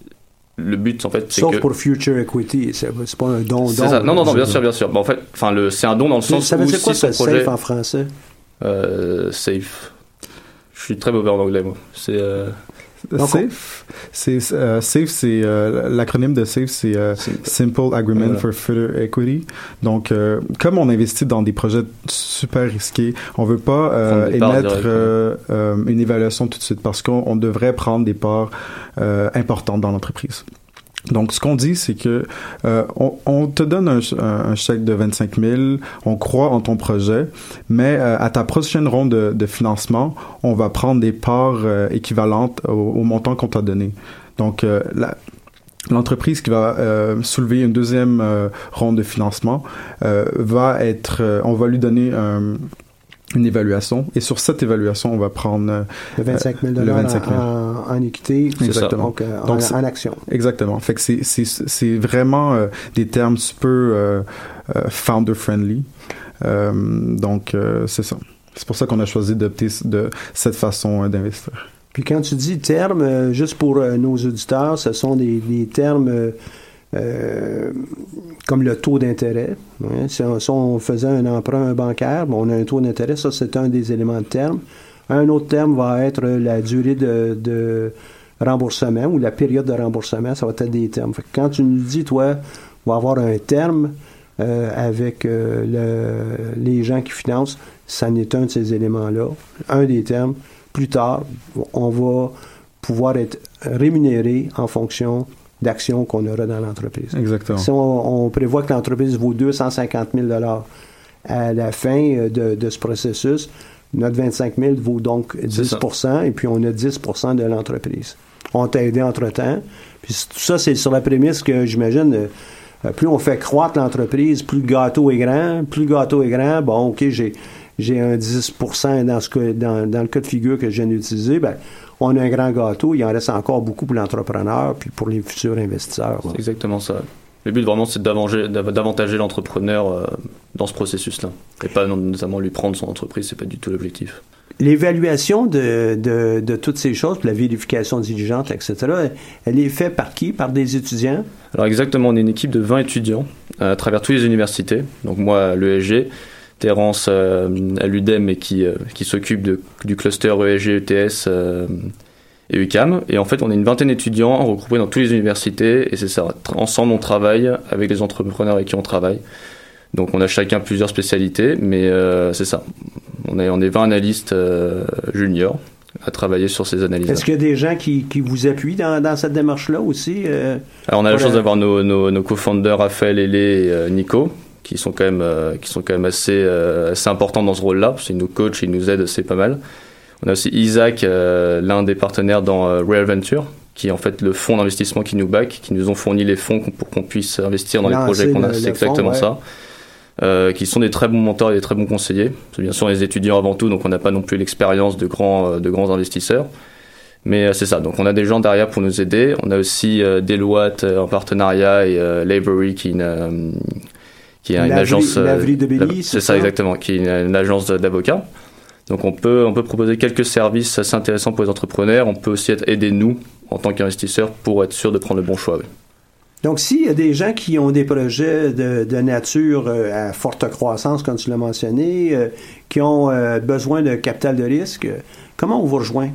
le but en fait c'est sauf que... pour Future Equity, c'est, c'est pas un don. C'est don ça. Non non non bien sûr bien sûr. Bah, en fait, enfin le c'est un don dans le sens ça veut où dire quoi si son ça, projet safe en français. Euh, safe. Je suis très mauvais en anglais moi. C'est euh... Donc, SAFE, c'est, euh, SAFE, c'est euh, l'acronyme de SAFE, c'est euh, Simple Agreement voilà. for Future Equity. Donc, euh, comme on investit dans des projets super risqués, on veut pas euh, émettre euh, euh, une évaluation tout de suite parce qu'on on devrait prendre des parts euh, importantes dans l'entreprise. Donc, ce qu'on dit, c'est que euh, on, on te donne un, un chèque de vingt-cinq mille, on croit en ton projet, mais euh, à ta prochaine ronde de, de financement, on va prendre des parts euh, équivalentes au, au montant qu'on t'a donné. Donc, euh, la, l'entreprise qui va euh, soulever une deuxième euh, ronde de financement euh, va être, euh, on va lui donner un une évaluation, et sur cette évaluation, on va prendre euh, le vingt-cinq mille dollars en, en équité, exactement. Donc, euh, donc en, en action. Exactement. Fait que c'est, c'est, c'est vraiment euh, des termes super euh, euh, founder-friendly. Euh, donc, euh, c'est ça. C'est pour ça qu'on a choisi d'opter de cette façon euh, d'investir. Puis quand tu dis termes, euh, juste pour euh, nos auditeurs, ce sont des, des termes... Euh, Euh, comme le taux d'intérêt. Hein. Si, on, si on faisait un emprunt bancaire, bon, on a un taux d'intérêt, ça c'est un des éléments de terme. Un autre terme va être la durée de, de remboursement ou la période de remboursement, ça va être des termes. Fait que quand tu nous dis, toi, on va avoir un terme euh, avec euh, le, les gens qui financent, ça n'est un de ces éléments-là. Un des termes, plus tard, on va pouvoir être rémunéré en fonction d'actions qu'on aura dans l'entreprise. Exactement. Si on, on prévoit que l'entreprise vaut deux cent cinquante mille dollars à la fin de, de ce processus, notre vingt-cinq mille vaut donc dix pour cent et puis on a dix pour cent de l'entreprise. On t'a aidé entre-temps. Puis tout ça, c'est sur la prémisse que, j'imagine, plus on fait croître l'entreprise, plus le gâteau est grand. Plus le gâteau est grand, bon, OK, j'ai, j'ai un dix pour cent dans, ce cas, dans, dans le cas de figure que je viens d'utiliser, ben on a un grand gâteau, il en reste encore beaucoup pour l'entrepreneur puis pour les futurs investisseurs. C'est exactement ça. Le but vraiment c'est d'avantager l'entrepreneur euh, dans ce processus-là et pas notamment lui prendre son entreprise, c'est pas du tout l'objectif. L'évaluation de, de, de toutes ces choses, la vérification diligente, et cetera, elle est faite par qui? Par des étudiants? Alors exactement, on est une équipe de vingt étudiants à travers toutes les universités. Donc moi, à l'E S G, Terence euh, à l'U D E M et qui, euh, qui s'occupe de, du cluster E S G, E T S euh, et U Q A M. Et en fait, on est une vingtaine d'étudiants regroupés dans toutes les universités et c'est ça. Ensemble, on travaille avec les entrepreneurs avec qui on travaille. Donc, on a chacun plusieurs spécialités, mais euh, c'est ça. On est, on est vingt analystes euh, juniors à travailler sur ces analyses. Est-ce qu'il y a des gens qui, qui vous appuient dans, dans cette démarche-là aussi? Euh, Alors, on a la chance la... d'avoir nos, nos, nos co-founders Raphaël, Hélé et euh, Nico, qui sont quand même euh, qui sont quand même assez euh, assez importants dans ce rôle-là parce qu'ils nous coachent, ils nous aident, c'est pas mal. On a aussi Isaac, euh, l'un des partenaires dans euh, Rare Venture, qui est en fait le fonds d'investissement qui nous back, qui nous ont fourni les fonds pour qu'on puisse investir dans Lancer les projets qu'on a. Le, c'est le exactement fond, ouais. ça. Euh, qui sont des très bons mentors et des très bons conseillers. C'est bien sûr des étudiants avant tout, donc on n'a pas non plus l'expérience de grands de grands investisseurs. Mais euh, c'est ça. Donc on a des gens derrière pour nous aider. On a aussi euh, Deloitte euh, en partenariat et euh, Lavery qui une euh, qui est une Lavry, agence Lavry de Belly, c'est, c'est ça, ça exactement, qui est une, une agence d'avocats. Donc on peut on peut proposer quelques services assez intéressants pour les entrepreneurs. On peut aussi être aidé nous en tant qu'investisseurs pour être sûr de prendre le bon choix. Oui. Donc s'il y a des gens qui ont des projets de, de nature euh, à forte croissance, comme tu l'as mentionné, euh, qui ont euh, besoin de capital de risque, euh, comment on vous rejoint?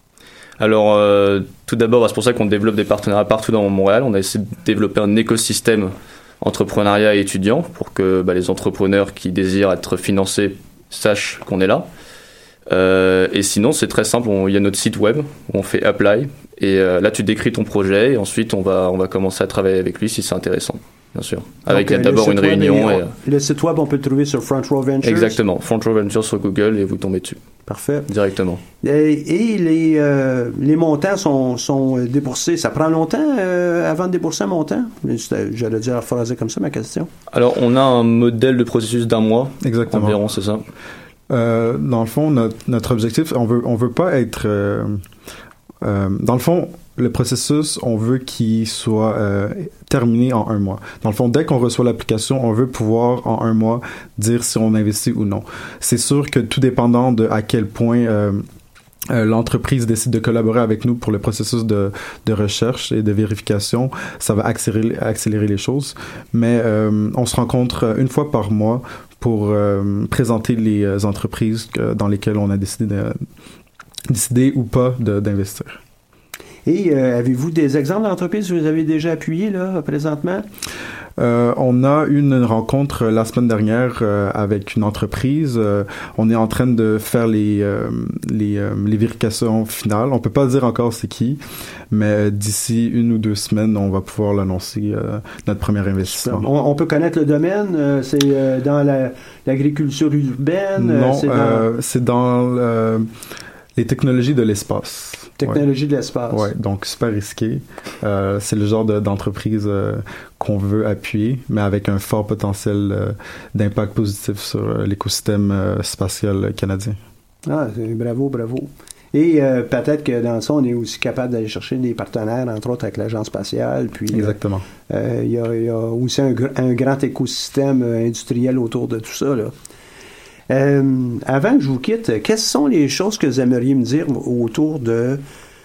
Alors euh, tout d'abord, c'est pour ça qu'on développe des partenariats partout dans Montréal. On a essayé de développer un écosystème entrepreneuriat et étudiants pour que bah, les entrepreneurs qui désirent être financés sachent qu'on est là. Euh, et sinon, c'est très simple, il y a notre site web où on fait Apply et euh, là tu décris ton projet et ensuite on va, on va commencer à travailler avec lui si c'est intéressant, bien sûr. Avec Donc, d'abord une réunion. Et, et, le site web, on peut le trouver sur Front Row Ventures. Exactement, Front Row Ventures sur Google et vous tombez dessus. Parfait. Directement. Et, et les, euh, les montants sont, sont déboursés. Ça prend longtemps euh, avant de débourser un montant? J'allais dire phraser comme ça ma question. Alors, on a un modèle de processus d'un mois. Exactement. Environ, c'est ça. Euh, dans le fond, notre, notre objectif, on veut, on veut pas être... Euh, euh, dans le fond, le processus, on veut qu'il soit euh, terminé en un mois. Dans le fond, dès qu'on reçoit l'application, on veut pouvoir, en un mois, dire si on investit ou non. C'est sûr que tout dépendant de à quel point euh, euh, l'entreprise décide de collaborer avec nous pour le processus de, de recherche et de vérification, ça va accélérer, accélérer les choses. Mais euh, on se rencontre une fois par mois pour euh, présenter les entreprises dans lesquelles on a décidé, de, décidé ou pas de, d'investir. Et euh, avez-vous des exemples d'entreprises que vous avez déjà appuyées là, présentement? Euh, on a eu une rencontre la semaine dernière euh, avec une entreprise. Euh, on est en train de faire les euh, les, euh, les vérifications finales. On peut pas dire encore c'est qui, mais euh, d'ici une ou deux semaines, on va pouvoir l'annoncer, euh, notre premier investissement. On, on peut connaître le domaine? Euh, c'est euh, dans la, l'agriculture urbaine? Non, euh, c'est dans, euh, c'est dans euh, les technologies de l'espace. Technologie ouais. de l'espace. Oui, donc super risqué. Euh, c'est le genre de, d'entreprise euh, qu'on veut appuyer, mais avec un fort potentiel euh, d'impact positif sur euh, l'écosystème euh, spatial canadien. Ah, bravo, bravo. Et euh, peut-être que dans ça, on est aussi capable d'aller chercher des partenaires, entre autres avec l'Agence spatiale. Puis, exactement. Il euh, y, a, y a aussi un, un grand écosystème industriel autour de tout ça, là. Euh, avant que je vous quitte, quelles sont les choses que vous aimeriez me dire autour de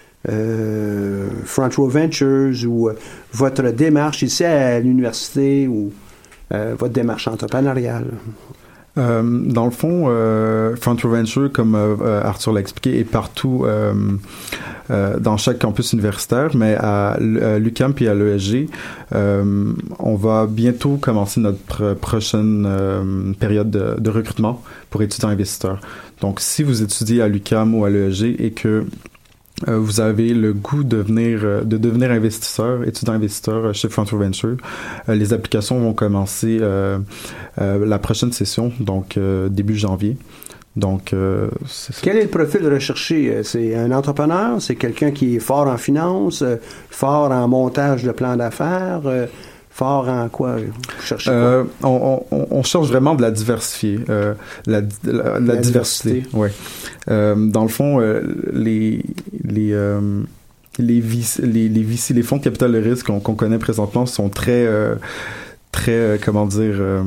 euh, Front Row Ventures ou euh, votre démarche ici à l'université ou euh, votre démarche entrepreneuriale? Euh, dans le fond, euh, Front Row Venture, comme euh, Arthur l'a expliqué, est partout euh, euh, dans chaque campus universitaire, mais à, à l'U Q A M et à l'E S G, euh, on va bientôt commencer notre prochaine euh, période de, de recrutement pour étudiants investisseurs. Donc, si vous étudiez à l'U Q A M ou à l'E S G et que Euh, vous avez le goût de venir, euh, de devenir investisseur, étudiant investisseur euh, chez Front Row Venture, euh, les applications vont commencer euh, euh, la prochaine session, donc euh, début janvier. Donc, euh, c'est ça. Quel est le profil recherché? C'est un entrepreneur? C'est quelqu'un qui est fort en finance, fort en montage de plans d'affaires? Fort en quoi? Vous cherchez quoi? Euh, on, on, on cherche vraiment de la diversifier, euh, la, la, la, la diversité. Ouais. Euh, dans le fond, euh, les les euh, les, V C, les les V C, les fonds de capital de risque qu'on, qu'on connaît présentement sont très euh, très euh, comment dire euh,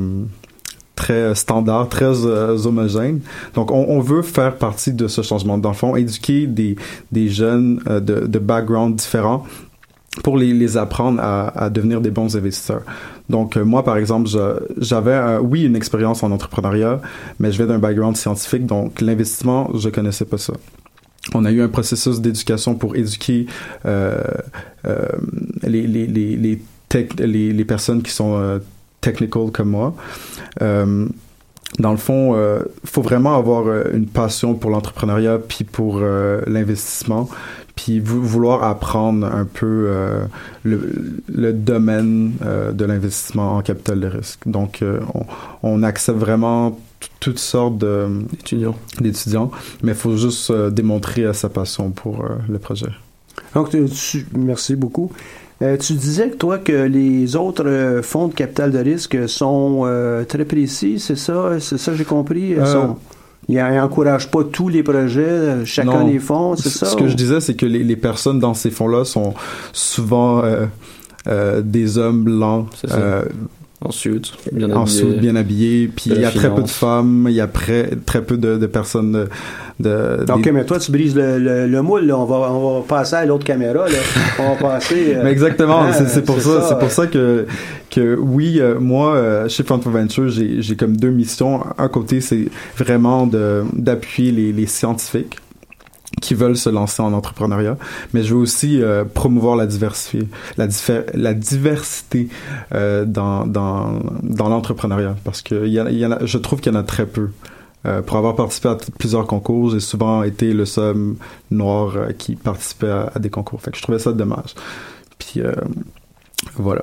très standard, très euh, homogène. Donc, on, on veut faire partie de ce changement. Dans le fond, éduquer des des jeunes euh, de de backgrounds différents pour les, les apprendre à, à devenir des bons investisseurs. Donc, euh, moi, par exemple, je, j'avais, euh, oui, une expérience en entrepreneuriat, mais je viens d'un background scientifique, donc l'investissement, je connaissais pas ça. On a eu un processus d'éducation pour éduquer euh, euh, les, les, les, les, tech, les, les personnes qui sont euh, technical comme moi. Euh, Dans le fond, euh, faut vraiment avoir euh, une passion pour l'entrepreneuriat puis pour euh, l'investissement, puis vou- vouloir apprendre un peu euh, le, le domaine euh, de l'investissement en capital de risque. Donc, euh, on, on accepte vraiment t- toutes sortes de, d'étudiants. d'étudiants, mais il faut juste euh, démontrer euh, sa passion pour euh, le projet. Donc, tu, merci beaucoup. Euh, tu disais, toi, que les autres euh, fonds de capital de risque sont euh, très précis, c'est ça? C'est ça que j'ai compris? Euh, sont, ils n'encouragent pas tous les projets, chacun non. des fonds, c'est ça? Ce que ou? je disais, c'est que les, les personnes dans ces fonds-là sont souvent euh, euh, des hommes blancs. C'est ça. Euh, En sud, bien habillé. En sud, bien habillé. Puis il y a finance. très peu de femmes, il y a très, très peu de, de personnes de... de OK, des... mais toi, tu brises le, le, le moule, là. On va, on va passer à l'autre caméra, là. On va passer... Euh... mais exactement, hein, c'est, c'est pour c'est ça, ça, c'est pour ça que, que oui, euh, moi, euh, chez Front Row Venture, j'ai, j'ai comme deux missions. Un côté, c'est vraiment de, d'appuyer les, les scientifiques qui veulent se lancer en entrepreneuriat, mais je veux aussi euh, promouvoir la diversité, la, diffé- la diversité euh, dans dans dans l'entrepreneuriat, parce que il y a, il y en a, je trouve qu'il y en a très peu. Euh, pour avoir participé à t- plusieurs concours, j'ai souvent été le seul noir euh, qui participait à, à des concours. Fait que je trouvais ça dommage. Puis euh, voilà.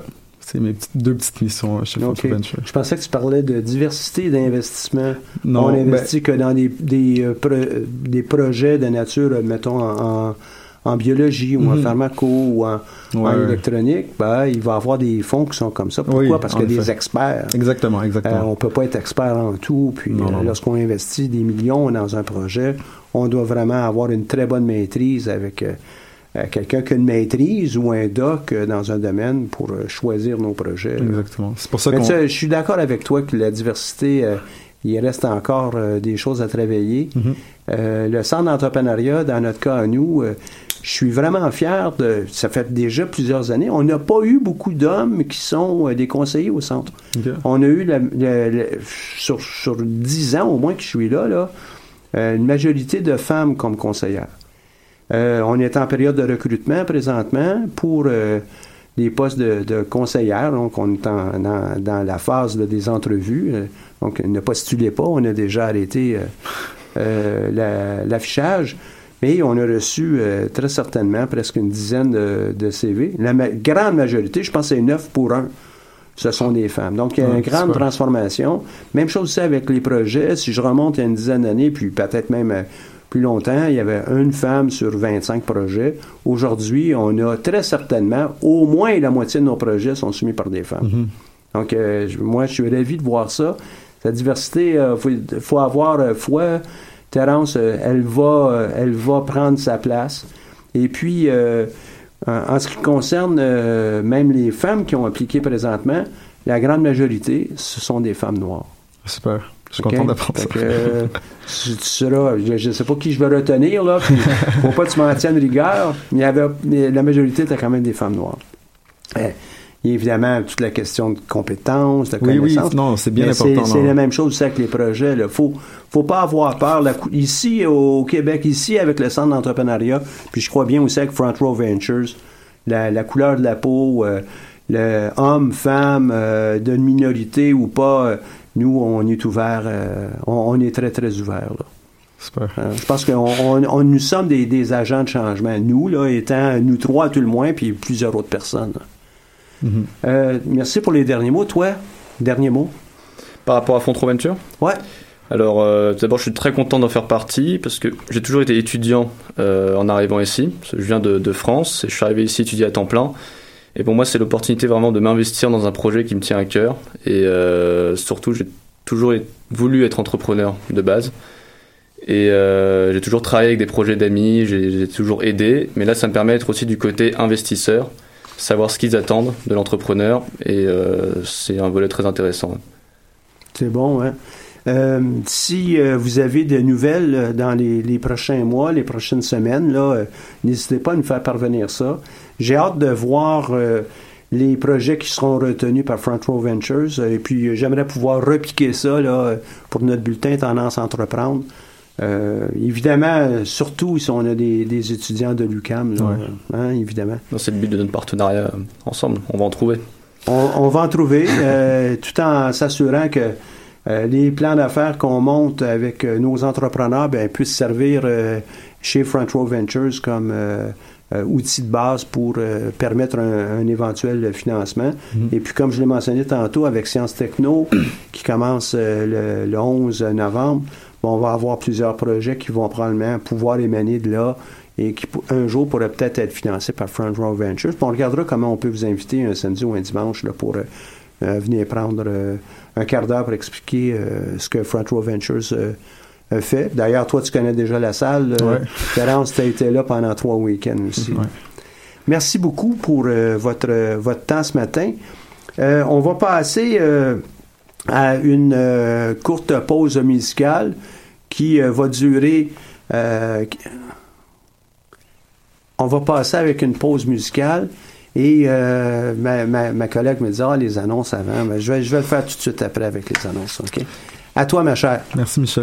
C'est mes petites, deux petites missions chez Front okay. Row Ventures. Je pensais que tu parlais de diversité d'investissement. Non, on investit ben, que dans des, des, euh, pro, des projets de nature, mettons, en, en biologie ou mm-hmm. en pharmaco ou en, ouais, en électronique, ben, il va y avoir des fonds qui sont comme ça. Pourquoi? Oui, Parce qu'il y a des experts. Exactement, exactement. Euh, on ne peut pas être expert en tout. Puis non, euh, non. lorsqu'on investit des millions dans un projet, on doit vraiment avoir une très bonne maîtrise avec... Euh, Euh, quelqu'un qui a une maîtrise ou un doc euh, dans un domaine pour euh, choisir nos projets. Exactement. C'est pour ça Mais qu'on... je suis d'accord avec toi que la diversité, euh, il reste encore euh, des choses à travailler. Mm-hmm. Euh, le centre d'entrepreneuriat, dans notre cas à nous, euh, je suis vraiment fier de... Ça fait déjà plusieurs années. On n'a pas eu beaucoup d'hommes qui sont euh, des conseillers au centre. Okay. On a eu, la, la, la, sur, sur dix ans au moins que je suis là, là euh, une majorité de femmes comme conseillères. Euh, on est en période de recrutement présentement pour euh, les postes de, de conseillère. Donc, on est en, dans, dans la phase là, des entrevues. Euh, donc, ne postulez pas. On a déjà arrêté euh, euh, la, l'affichage. Mais on a reçu euh, très certainement presque une dizaine de, de C V. La ma- grande majorité, je pense que c'est neuf pour un. Ce sont des femmes. Donc, il y a une grande transformation. Même chose aussi avec les projets. Si je remonte il y a une dizaine d'années, puis peut-être même... Euh, plus longtemps, il y avait une femme sur vingt-cinq projets. Aujourd'hui, on a très certainement, au moins la moitié de nos projets sont soumis par des femmes. Mm-hmm. Donc, euh, moi, je suis ravi de voir ça. La diversité, il euh, faut, faut avoir euh, foi. Terence, euh, elle va, euh, elle va prendre sa place. Et puis, euh, en, en ce qui concerne euh, même les femmes qui ont appliqué présentement, la grande majorité, ce sont des femmes noires. Super. Je suis okay. content d'apprendre fait ça. Que, euh, tu, tu seras, je ne sais pas qui je vais retenir, là, puis faut pas que tu m'en tiennes rigueur, mais, il y avait, mais la majorité était quand même des femmes noires. Euh, il y a évidemment toute la question de compétences, de oui, connaissances. Oui, non, c'est bien mais important. C'est, c'est la même chose aussi avec les projets. Il faut, faut pas avoir peur. La, ici, au Québec, ici, avec le centre d'entrepreneuriat, puis je crois bien aussi avec Front Row Ventures, la, la couleur de la peau, euh, le homme, femme, euh, d'une minorité ou pas... Euh, nous, on est ouvert, euh, on, on est très, très ouvert. Là. Super. Euh, je pense que on, on, on, nous sommes des, des agents de changement. Nous, là, étant nous trois à tout le moins, puis plusieurs autres personnes. Mm-hmm. Euh, merci pour les derniers mots. Toi, dernier mot? Par rapport à Front Row Ventures? Ouais. Alors, euh, tout d'abord, je suis très content d'en faire partie parce que j'ai toujours été étudiant euh, en arrivant ici. Je viens de, de France et je suis arrivé ici étudier à temps plein. Et pour moi, c'est l'opportunité vraiment de m'investir dans un projet qui me tient à cœur. Et euh, surtout, j'ai toujours voulu être entrepreneur de base. Et euh, j'ai toujours travaillé avec des projets d'amis, j'ai, j'ai toujours aidé. Mais là, ça me permet d'être aussi du côté investisseur, savoir ce qu'ils attendent de l'entrepreneur. Et euh, c'est un volet très intéressant. C'est bon, hein? Euh, si euh, vous avez des nouvelles euh, dans les, les prochains mois, les prochaines semaines, là, euh, n'hésitez pas à nous faire parvenir ça. J'ai hâte de voir euh, les projets qui seront retenus par Front Row Ventures euh, et puis euh, j'aimerais pouvoir repiquer ça là, pour notre bulletin Tendance à entreprendre. Euh, évidemment, surtout si on a des, des étudiants de l'U Q A M, là, ouais. hein, évidemment. Non, c'est le but de notre partenariat ensemble, on va en trouver. On, on va en trouver, euh, tout en s'assurant que Euh, les plans d'affaires qu'on monte avec euh, nos entrepreneurs ben, puissent servir euh, chez Front Row Ventures comme euh, euh, outil de base pour euh, permettre un, un éventuel financement. Mm-hmm. Et puis, comme je l'ai mentionné tantôt, avec Sciences Techno, qui commence euh, le, le onze novembre, bon, on va avoir plusieurs projets qui vont probablement pouvoir émaner de là et qui, un jour, pourraient peut-être être financés par Front Row Ventures. Puis on regardera comment on peut vous inviter un samedi ou un dimanche là, pour... Euh, Euh, venir prendre euh, un quart d'heure pour expliquer euh, ce que Front Row Ventures euh, a fait. D'ailleurs, toi, tu connais déjà la salle. Euh, ouais. Terence, tu as été là pendant trois week-ends aussi. Ouais. Merci beaucoup pour euh, votre, euh, votre temps ce matin. Euh, on va passer euh, à une euh, courte pause musicale qui euh, va durer... Euh, on va passer avec une pause musicale. Et euh, ma, ma, ma collègue me dit « Ah, les annonces avant. » Ben, je vais, je vais le faire tout de suite après avec les annonces. OK? À toi, ma chère. Merci, Michel.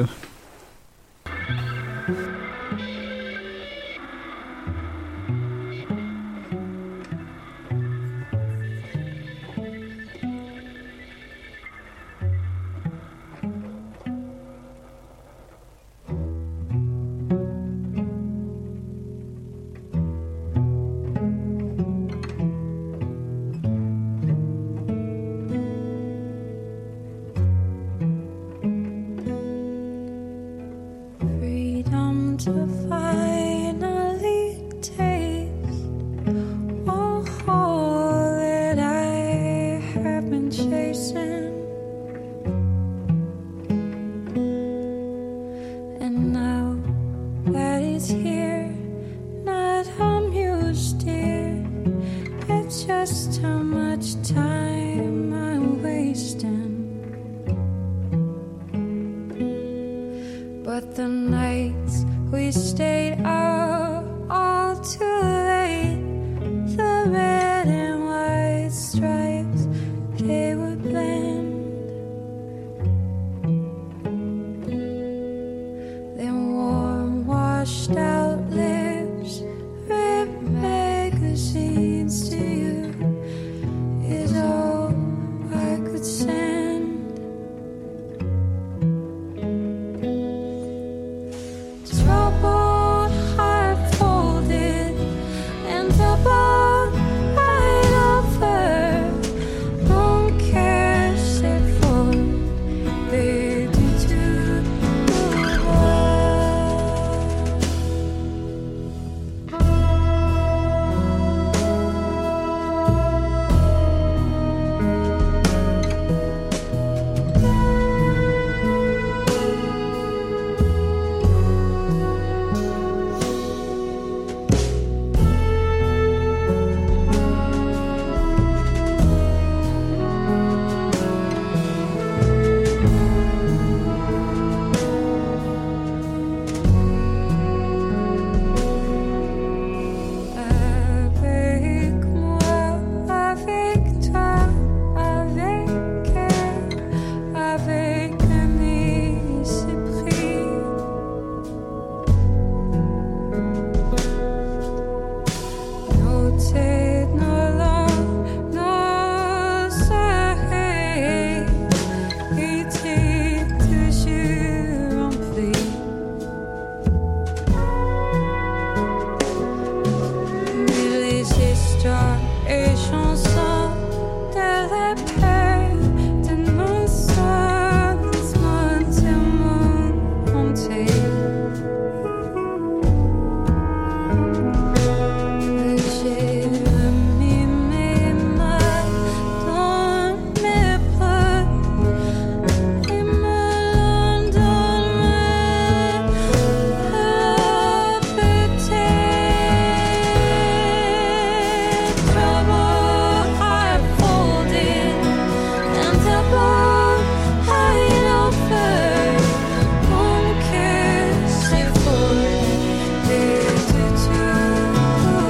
chasing. And now that it's here, not amused, dear. It's just how much time I'm wasting. But the nights we stayed out all too late, the red and white stripes, they would blend. Them warm, washed out lips, ripped magazines to you is all I could send. Troubled heart folded and doubled right over. Don't care set for they do to the world. Avec moi, avec toi, avec elle, avec un esprit. Nos têtes, nos langues, nos oreilles étaient toujours remplies. Mais les histoires et chansons de la peur de nos sens montent montés. J'ai remis mes mains dans mes bras et me lendemain peut-être. Trouble heart folded and double right over. Mon cœur c'est fort et de tout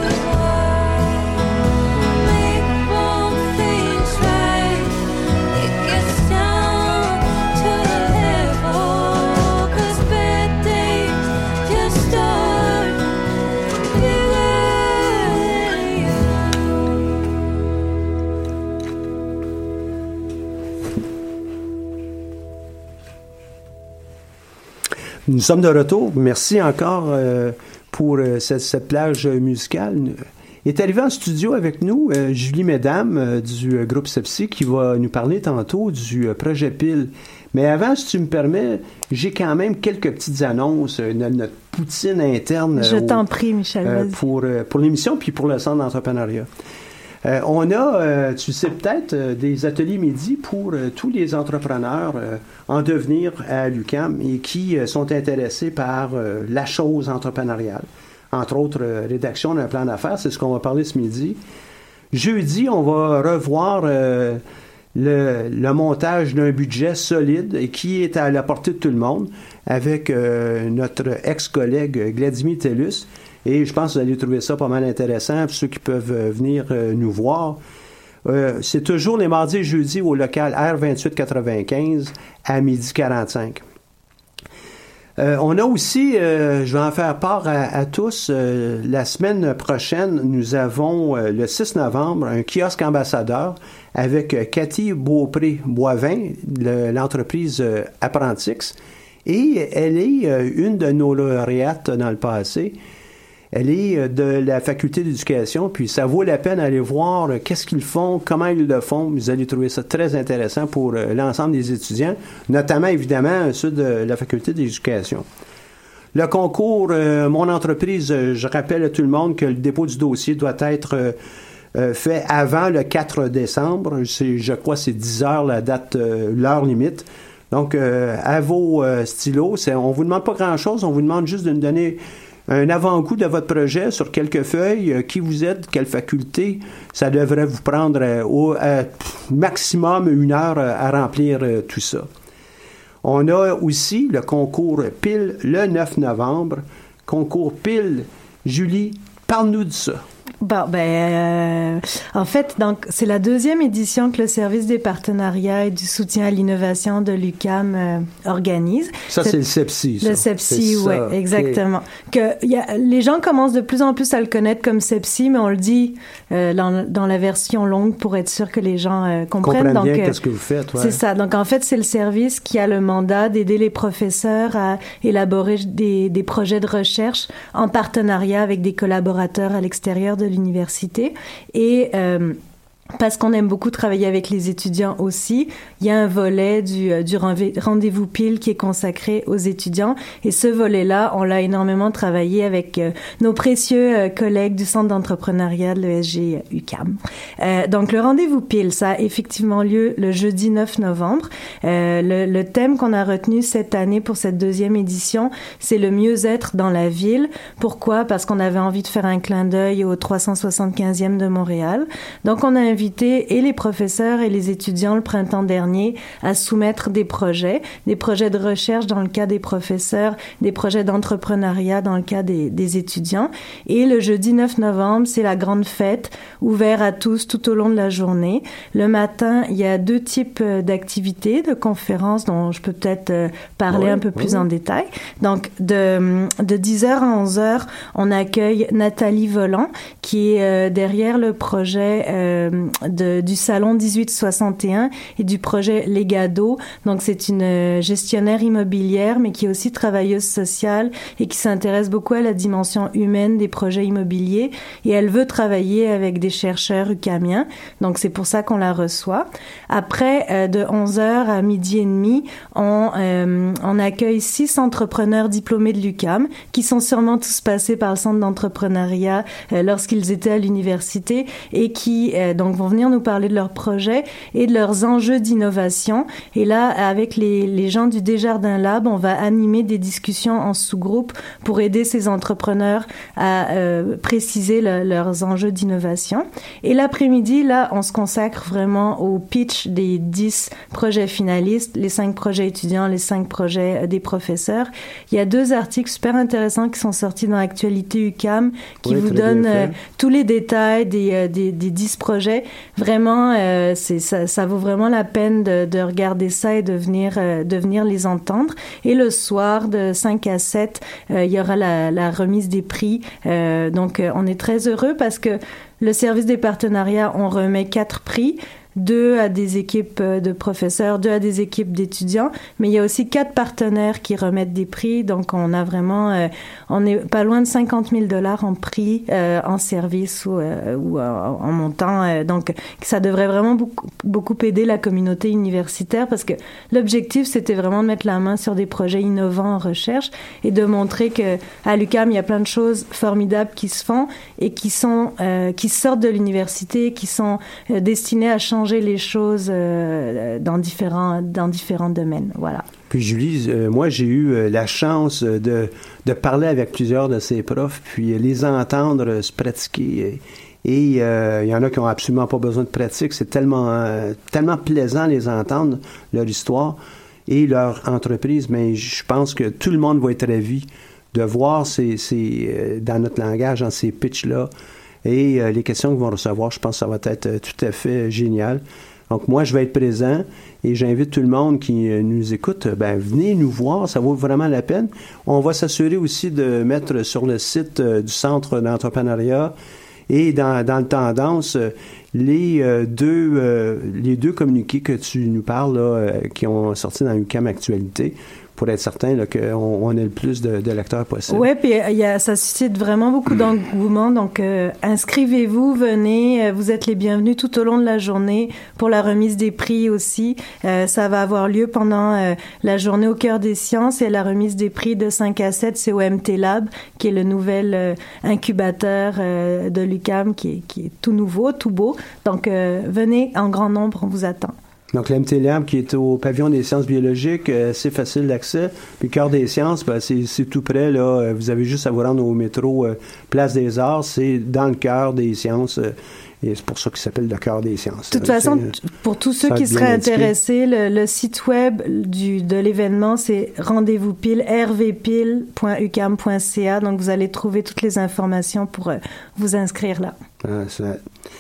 make one things right. It gets down to the level 'cause bad days just start with you. Nous sommes de retour. Merci encore euh, pour euh, cette, cette plage musicale. Est arrivée en studio avec nous euh, Julie Mesdames euh, du euh, groupe Sepsi qui va nous parler tantôt du euh, projet Pile. Mais avant, si tu me permets, j'ai quand même quelques petites annonces, euh, notre, notre poutine interne. euh, Je au- t'en prie, Michel. euh, vas-y. pour, euh, pour l'émission puis pour le centre d'entrepreneuriat. Euh, on a, euh, tu sais peut-être, euh, des ateliers midi pour euh, tous les entrepreneurs euh, en devenir à l'U Q A M et qui euh, sont intéressés par euh, la chose entrepreneuriale. Entre autres, euh, rédaction d'un plan d'affaires, c'est ce qu'on va parler ce midi. Jeudi, on va revoir euh, le, le montage d'un budget solide et qui est à la portée de tout le monde avec euh, notre ex-collègue Vladimir Tellus. Et je pense que vous allez trouver ça pas mal intéressant pour ceux qui peuvent euh, venir euh, nous voir. Euh, c'est toujours les mardis et jeudis au local R vingt-huit quatre-vingt-quinze à midi quarante-cinq. Euh, on a aussi, euh, je vais en faire part à, à tous, euh, la semaine prochaine, nous avons euh, le six novembre un kiosque ambassadeur avec euh, Cathy Beaupré-Boivin, le- l'entreprise euh, Apprentix. Et elle est euh, une de nos lauréates dans le passé. Elle est de la faculté d'éducation, puis ça vaut la peine d'aller voir qu'est-ce qu'ils font, comment ils le font. Vous allez trouver ça très intéressant pour l'ensemble des étudiants, notamment évidemment ceux de la faculté d'éducation. Le concours euh, Mon entreprise, je rappelle à tout le monde que le dépôt du dossier doit être euh, euh, fait avant le quatre décembre. C'est, je crois que c'est dix heures la date, euh, l'heure limite. Donc, euh, à vos euh, stylos, c'est, on vous demande pas grand-chose, on vous demande juste de nous donner un avant-goût de votre projet sur quelques feuilles, euh, qui vous êtes, quelle faculté. Ça devrait vous prendre euh, au euh, maximum une heure euh, à remplir euh, tout ça. On a aussi le concours Pile le neuf novembre. Concours Pile. Julie, parle-nous de ça. Bon, ben, euh, en fait, donc, c'est la deuxième édition que le Service des partenariats et du soutien à l'innovation de l'U Q A M euh, organise. Ça, c'est, c'est le CEPSI, ça. Le CEPSI, oui, exactement. Okay. Que, y a, les gens commencent de plus en plus à le connaître comme CEPSI, mais on le dit euh, dans, dans la version longue pour être sûr que les gens euh, comprennent. Comprennent donc, bien euh, qu'est-ce que vous faites. Ouais. C'est ça. Donc, en fait, c'est le service qui a le mandat d'aider les professeurs à élaborer des, des projets de recherche en partenariat avec des collaborateurs à l'extérieur de l'université et euh, parce qu'on aime beaucoup travailler avec les étudiants aussi, il y a un volet du, du rendez-vous pile qui est consacré aux étudiants. Et ce volet-là, on l'a énormément travaillé avec euh, nos précieux euh, collègues du Centre d'entrepreneuriat de l'E S G U Q A M. Euh, donc, le rendez-vous pile, ça a effectivement lieu le jeudi neuf novembre. Euh, le, le thème qu'on a retenu cette année pour cette deuxième édition, c'est le mieux-être dans la ville. Pourquoi? Parce qu'on avait envie de faire un clin d'œil au trois cent soixante-quinzième de Montréal. Donc, on a invité et les professeurs et les étudiants le printemps dernier à soumettre des projets, des projets de recherche dans le cas des professeurs, des projets d'entrepreneuriat dans le cas des, des étudiants. Et le jeudi neuf novembre, c'est la grande fête, ouverte à tous tout au long de la journée. Le matin, il y a deux types d'activités, de conférences dont je peux peut-être parler oui, un peu plus oui. en détail. Donc, de, de dix heures à onze heures, on accueille Nathalie Volant, qui est euh, derrière le projet euh, de, du Salon dix-huit soixante et un et du projet Legado. Donc, c'est une gestionnaire immobilière, mais qui est aussi travailleuse sociale et qui s'intéresse beaucoup à la dimension humaine des projets immobiliers. Et elle veut travailler avec des chercheurs ucamiens. Donc, c'est pour ça qu'on la reçoit. Après, euh, de onze heures à midi et demi, on, euh, on accueille six entrepreneurs diplômés de l'U Q A M qui sont sûrement tous passés par le centre d'entrepreneuriat euh, lorsqu'ils étaient à l'université et qui euh, donc vont venir nous parler de leurs projets et de leurs enjeux d'innovation. Et là, avec les, les gens du Desjardins Lab, on va animer des discussions en sous-groupe pour aider ces entrepreneurs à euh, préciser le, leurs enjeux d'innovation. Et l'après-midi, là, on se consacre vraiment au pitch des dix projets finalistes, les cinq projets étudiants, les cinq projets euh, des professeurs. Il y a deux articles super intéressants qui sont sortis dans Actualité U Q A M qui oui, vous donnent euh, tous les détails des, euh, des, des dix projets. Vraiment, euh, c'est, ça, ça vaut vraiment la peine de, de regarder ça et de venir, euh, de venir les entendre. Et le soir, de cinq à sept, euh, il y aura la, la remise des prix. Euh, donc, euh, on est très heureux parce que le service des partenariats, on remet quatre prix. Deux à des équipes de professeurs, deux à des équipes d'étudiants, mais il y a aussi quatre partenaires qui remettent des prix, donc on a vraiment, euh, on est pas loin de cinquante mille dollars en prix, euh, en service ou, euh, ou euh, en montant, euh, donc ça devrait vraiment beaucoup, beaucoup aider la communauté universitaire parce que l'objectif c'était vraiment de mettre la main sur des projets innovants en recherche et de montrer que à l'U Q A M il y a plein de choses formidables qui se font et qui sont, euh, qui sortent de l'université, qui sont euh, destinées à changer les choses euh, dans différents dans différents domaines. Voilà. Puis Julie, euh, moi j'ai eu euh, la chance de de parler avec plusieurs de ces profs, puis euh, les entendre euh, se pratiquer. Et il euh, y en a qui ont absolument pas besoin de pratique. C'est tellement euh, tellement plaisant les entendre leur histoire et leur entreprise. Mais je pense que tout le monde va être ravi de voir ces ces euh, dans notre langage, dans ces pitchs là. Et euh, les questions qu'ils vont recevoir, je pense que ça va être euh, tout à fait génial. Donc, moi, je vais être présent et j'invite tout le monde qui euh, nous écoute, ben venez nous voir, ça vaut vraiment la peine. On va s'assurer aussi de mettre sur le site euh, du Centre d'entrepreneuriat et dans, dans le tendance, euh, les euh, deux euh, les deux communiqués que tu nous parles là, euh, qui ont sorti dans U Q A M Actualité, pour être certain là, qu'on on ait le plus de, de lecteurs possible. Oui, puis il y a, ça suscite vraiment beaucoup d'engouement. Donc, euh, inscrivez-vous, venez. Euh, vous êtes les bienvenus tout au long de la journée pour la remise des prix aussi. Euh, ça va avoir lieu pendant euh, la journée au cœur des sciences et la remise des prix de cinq à sept, c'est au M T Lab, qui est le nouvel euh, incubateur euh, de l'U Q A M, qui est, qui est tout nouveau, tout beau. Donc, euh, venez en grand nombre, on vous attend. Donc, l'M T Lab qui est au pavillon des sciences biologiques, euh, c'est facile d'accès. Puis, Cœur des sciences, ben, c'est, c'est tout près, là. Vous avez juste à vous rendre au métro euh, Place des Arts. C'est dans le cœur des sciences. Euh, et c'est pour ça qu'il s'appelle le Cœur des sciences. De toute façon, pour tous ceux qui seraient intéressés, le, le site web du, de l'événement, c'est rendez-vous pile, r v pile point u q a m point c a. Donc, vous allez trouver toutes les informations pour euh, vous inscrire là. Ah, ça...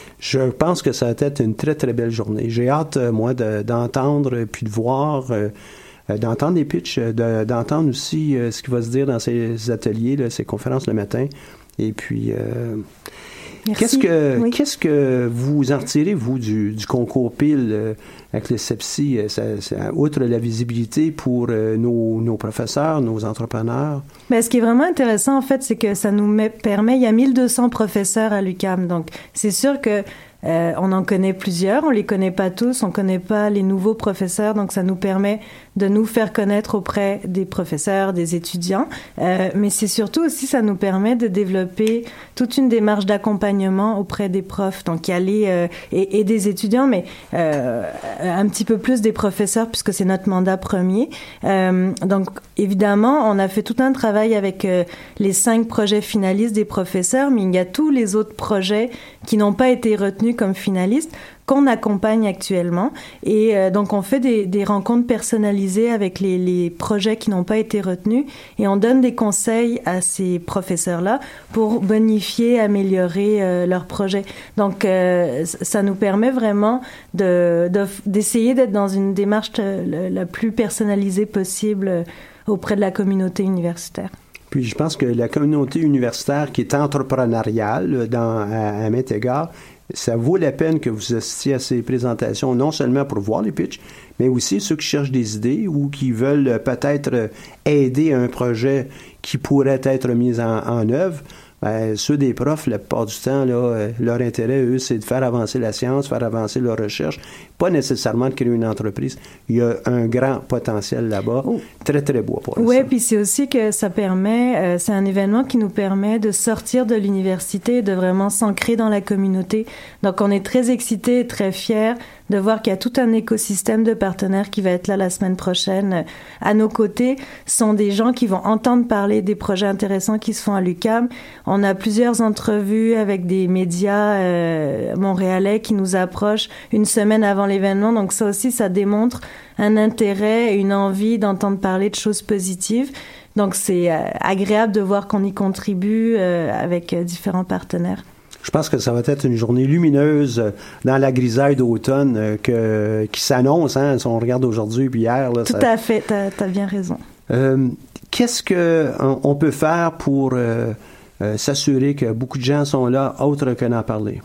Je pense que ça va être une très, très belle journée. J'ai hâte, euh, moi, de, d'entendre puis de voir, euh, euh, d'entendre les pitchs, de, d'entendre aussi euh, ce qui va se dire dans ces ateliers, là, ces conférences le matin. Et puis, euh, qu'est-ce que, oui. qu'est-ce que vous en retirez, vous, du, du concours pile euh, avec le CEPSI, ça, ça, outre la visibilité pour euh, nos, nos professeurs, nos entrepreneurs? Ben, ce qui est vraiment intéressant, en fait, c'est que ça nous met, permet, il y a mille deux cents professeurs à l'U Q A M, donc c'est sûr que euh, on en connaît plusieurs, on les connaît pas tous, on connaît pas les nouveaux professeurs, donc ça nous permet de nous faire connaître auprès des professeurs, des étudiants, euh, mais c'est surtout aussi, ça nous permet de développer toute une démarche d'accompagnement auprès des profs, donc y aller, euh, et, et des étudiants, mais euh, un petit peu plus des professeurs, puisque c'est notre mandat premier. Euh, donc, évidemment, on a fait tout un travail avec euh, les cinq projets finalistes des professeurs, mais il y a tous les autres projets qui n'ont pas été retenus comme finalistes, qu'on accompagne actuellement. Et euh, donc, on fait des, des rencontres personnalisées avec les, les projets qui n'ont pas été retenus et on donne des conseils à ces professeurs-là pour bonifier, améliorer euh, leurs projets. Donc, euh, ça nous permet vraiment de, de, d'essayer d'être dans une démarche la, la plus personnalisée possible auprès de la communauté universitaire. Puis, je pense que la communauté universitaire qui est entrepreneuriale dans, à, à maints égards, ça vaut la peine que vous assistiez à ces présentations, non seulement pour voir les pitchs, mais aussi ceux qui cherchent des idées ou qui veulent peut-être aider à un projet qui pourrait être mis en, en œuvre. Ben, ceux des profs, la plupart du temps, là, leur intérêt, eux, c'est de faire avancer la science, faire avancer leur recherche, pas nécessairement de créer une entreprise. Il y a un grand potentiel là-bas, oh. très, très beau pour Oui, puis c'est aussi que ça permet, euh, c'est un événement qui nous permet de sortir de l'université, de vraiment s'ancrer dans la communauté. Donc, on est très excités, très fiers de voir qu'il y a tout un écosystème de partenaires qui va être là la semaine prochaine. À nos côtés, ce sont des gens qui vont entendre parler des projets intéressants qui se font à l'U Q A M. On a plusieurs entrevues avec des médias euh, montréalais qui nous approchent une semaine avant l'événement. Donc ça aussi, ça démontre un intérêt, une envie d'entendre parler de choses positives. Donc c'est euh, agréable de voir qu'on y contribue euh, avec euh, différents partenaires. Je pense que ça va être une journée lumineuse dans la grisaille d'automne euh, que, qui s'annonce. Hein, si on regarde aujourd'hui puis hier. Là, Tout ça... à fait, t'as, t'as bien raison. Euh, qu'est-ce qu'on on peut faire pour euh, euh, s'assurer que beaucoup de gens sont là, autre que d'en parler?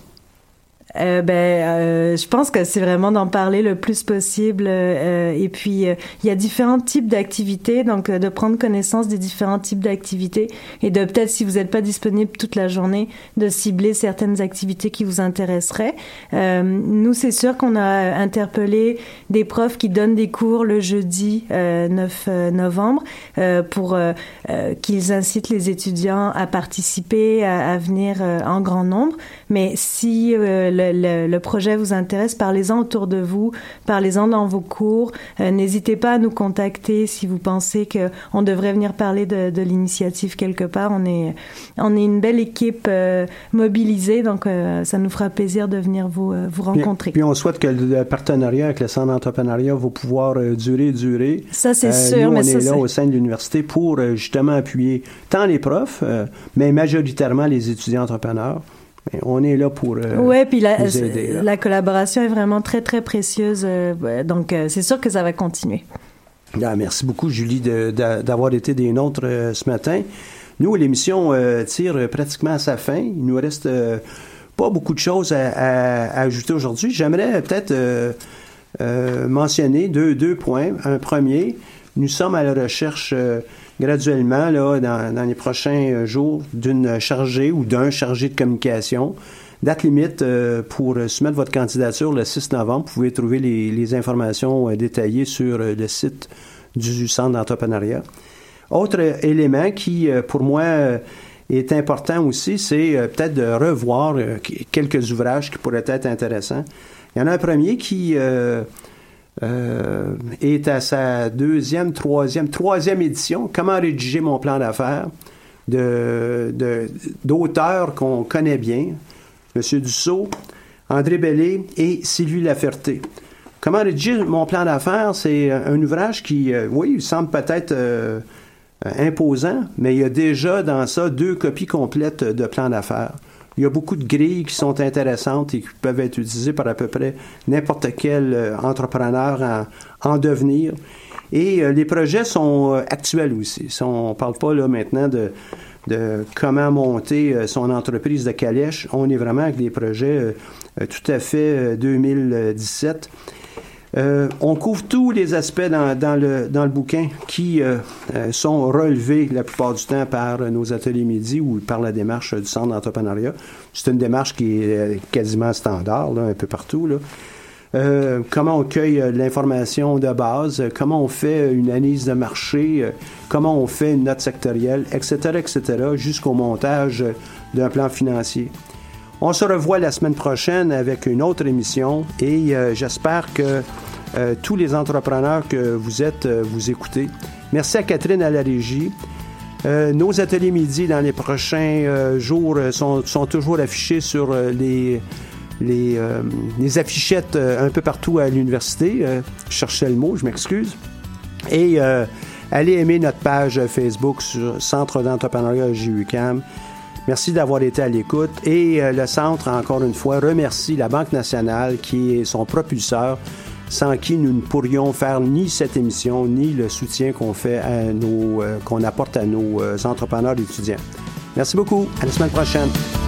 Euh, ben, euh, je pense que c'est vraiment d'en parler le plus possible. Euh, et puis, euh, il y a différents types d'activités, donc euh, de prendre connaissance des différents types d'activités et de peut-être, si vous n'êtes pas disponible toute la journée, de cibler certaines activités qui vous intéresseraient. Euh, nous, c'est sûr qu'on a interpellé des profs qui donnent des cours le jeudi euh, neuf novembre euh, pour euh, euh, qu'ils incitent les étudiants à participer, à, à venir euh, en grand nombre. Mais si euh, le Le, le, le projet vous intéresse, parlez-en autour de vous, parlez-en dans vos cours. Euh, n'hésitez pas à nous contacter si vous pensez qu'on devrait venir parler de, de l'initiative quelque part. On est, on est une belle équipe euh, mobilisée, donc euh, ça nous fera plaisir de venir vous, euh, vous rencontrer. Puis, puis on souhaite que le partenariat avec le Centre d'entrepreneuriat va pouvoir euh, durer, durer. Ça, c'est euh, sûr. Nous, mais on ça, est là c'est... au sein de l'université pour euh, justement appuyer tant les profs, euh, mais majoritairement les étudiants entrepreneurs. On est là pour euh, ouais, puis la, vous aider. Là. La collaboration est vraiment très, très précieuse. Euh, donc, euh, c'est sûr que ça va continuer. Ah, merci beaucoup, Julie, de, de, d'avoir été des nôtres euh, ce matin. Nous, l'émission euh, tire pratiquement à sa fin. Il nous reste euh, pas beaucoup de choses à, à, à ajouter aujourd'hui. J'aimerais peut-être euh, euh, mentionner deux, deux points. Un premier, nous sommes à la recherche euh, graduellement, là, dans, dans les prochains jours, d'une chargée ou d'un chargé de communication. Date limite euh, pour soumettre votre candidature le six novembre. Vous pouvez trouver les, les informations euh, détaillées sur euh, le site du Centre d'entrepreneuriat. Autre euh, élément qui, euh, pour moi, euh, est important aussi, c'est euh, peut-être de revoir euh, quelques ouvrages qui pourraient être intéressants. Il y en a un premier qui euh, euh, est à sa deuxième, troisième, troisième édition, « Comment rédiger mon plan d'affaires » de, de, d'auteurs qu'on connaît bien, M. Dussault, André Bellé et Sylvie Laferté. « Comment rédiger mon plan d'affaires », c'est un ouvrage qui, euh, oui, il semble peut-être... Euh, imposant, mais il y a déjà dans ça deux copies complètes de plan d'affaires. Il y a beaucoup de grilles qui sont intéressantes et qui peuvent être utilisées par à peu près n'importe quel entrepreneur en, en devenir. Et euh, les projets sont euh, actuels aussi. On ne parle pas là maintenant de, de comment monter euh, son entreprise de calèche. On est vraiment avec des projets euh, tout à fait euh, deux mille dix-sept. Euh, on couvre tous les aspects dans, dans, le, dans le bouquin qui euh, euh, sont relevés la plupart du temps par nos ateliers midi ou par la démarche du Centre d'entrepreneuriat. C'est une démarche qui est quasiment standard, là, un peu partout, là. Euh, comment on cueille l'information de base, comment on fait une analyse de marché, comment on fait une note sectorielle, et cetera, et cetera, jusqu'au montage d'un plan financier. On se revoit la semaine prochaine avec une autre émission et euh, j'espère que euh, tous les entrepreneurs que vous êtes, euh, vous écoutez. Merci à Catherine à la régie. Euh, nos ateliers midi dans les prochains euh, jours sont, sont toujours affichés sur euh, les, les, euh, les affichettes euh, un peu partout à l'université. Euh, je cherchais le mot, je m'excuse. Et euh, allez aimer notre page Facebook sur Centre d'entrepreneuriat J U Q A M. Merci d'avoir été à l'écoute et euh, le Centre, encore une fois, remercie la Banque nationale qui est son propulseur, sans qui nous ne pourrions faire ni cette émission, ni le soutien qu'on fait à nos, euh, qu'on apporte à nos euh, entrepreneurs étudiants. Merci beaucoup. À la semaine prochaine.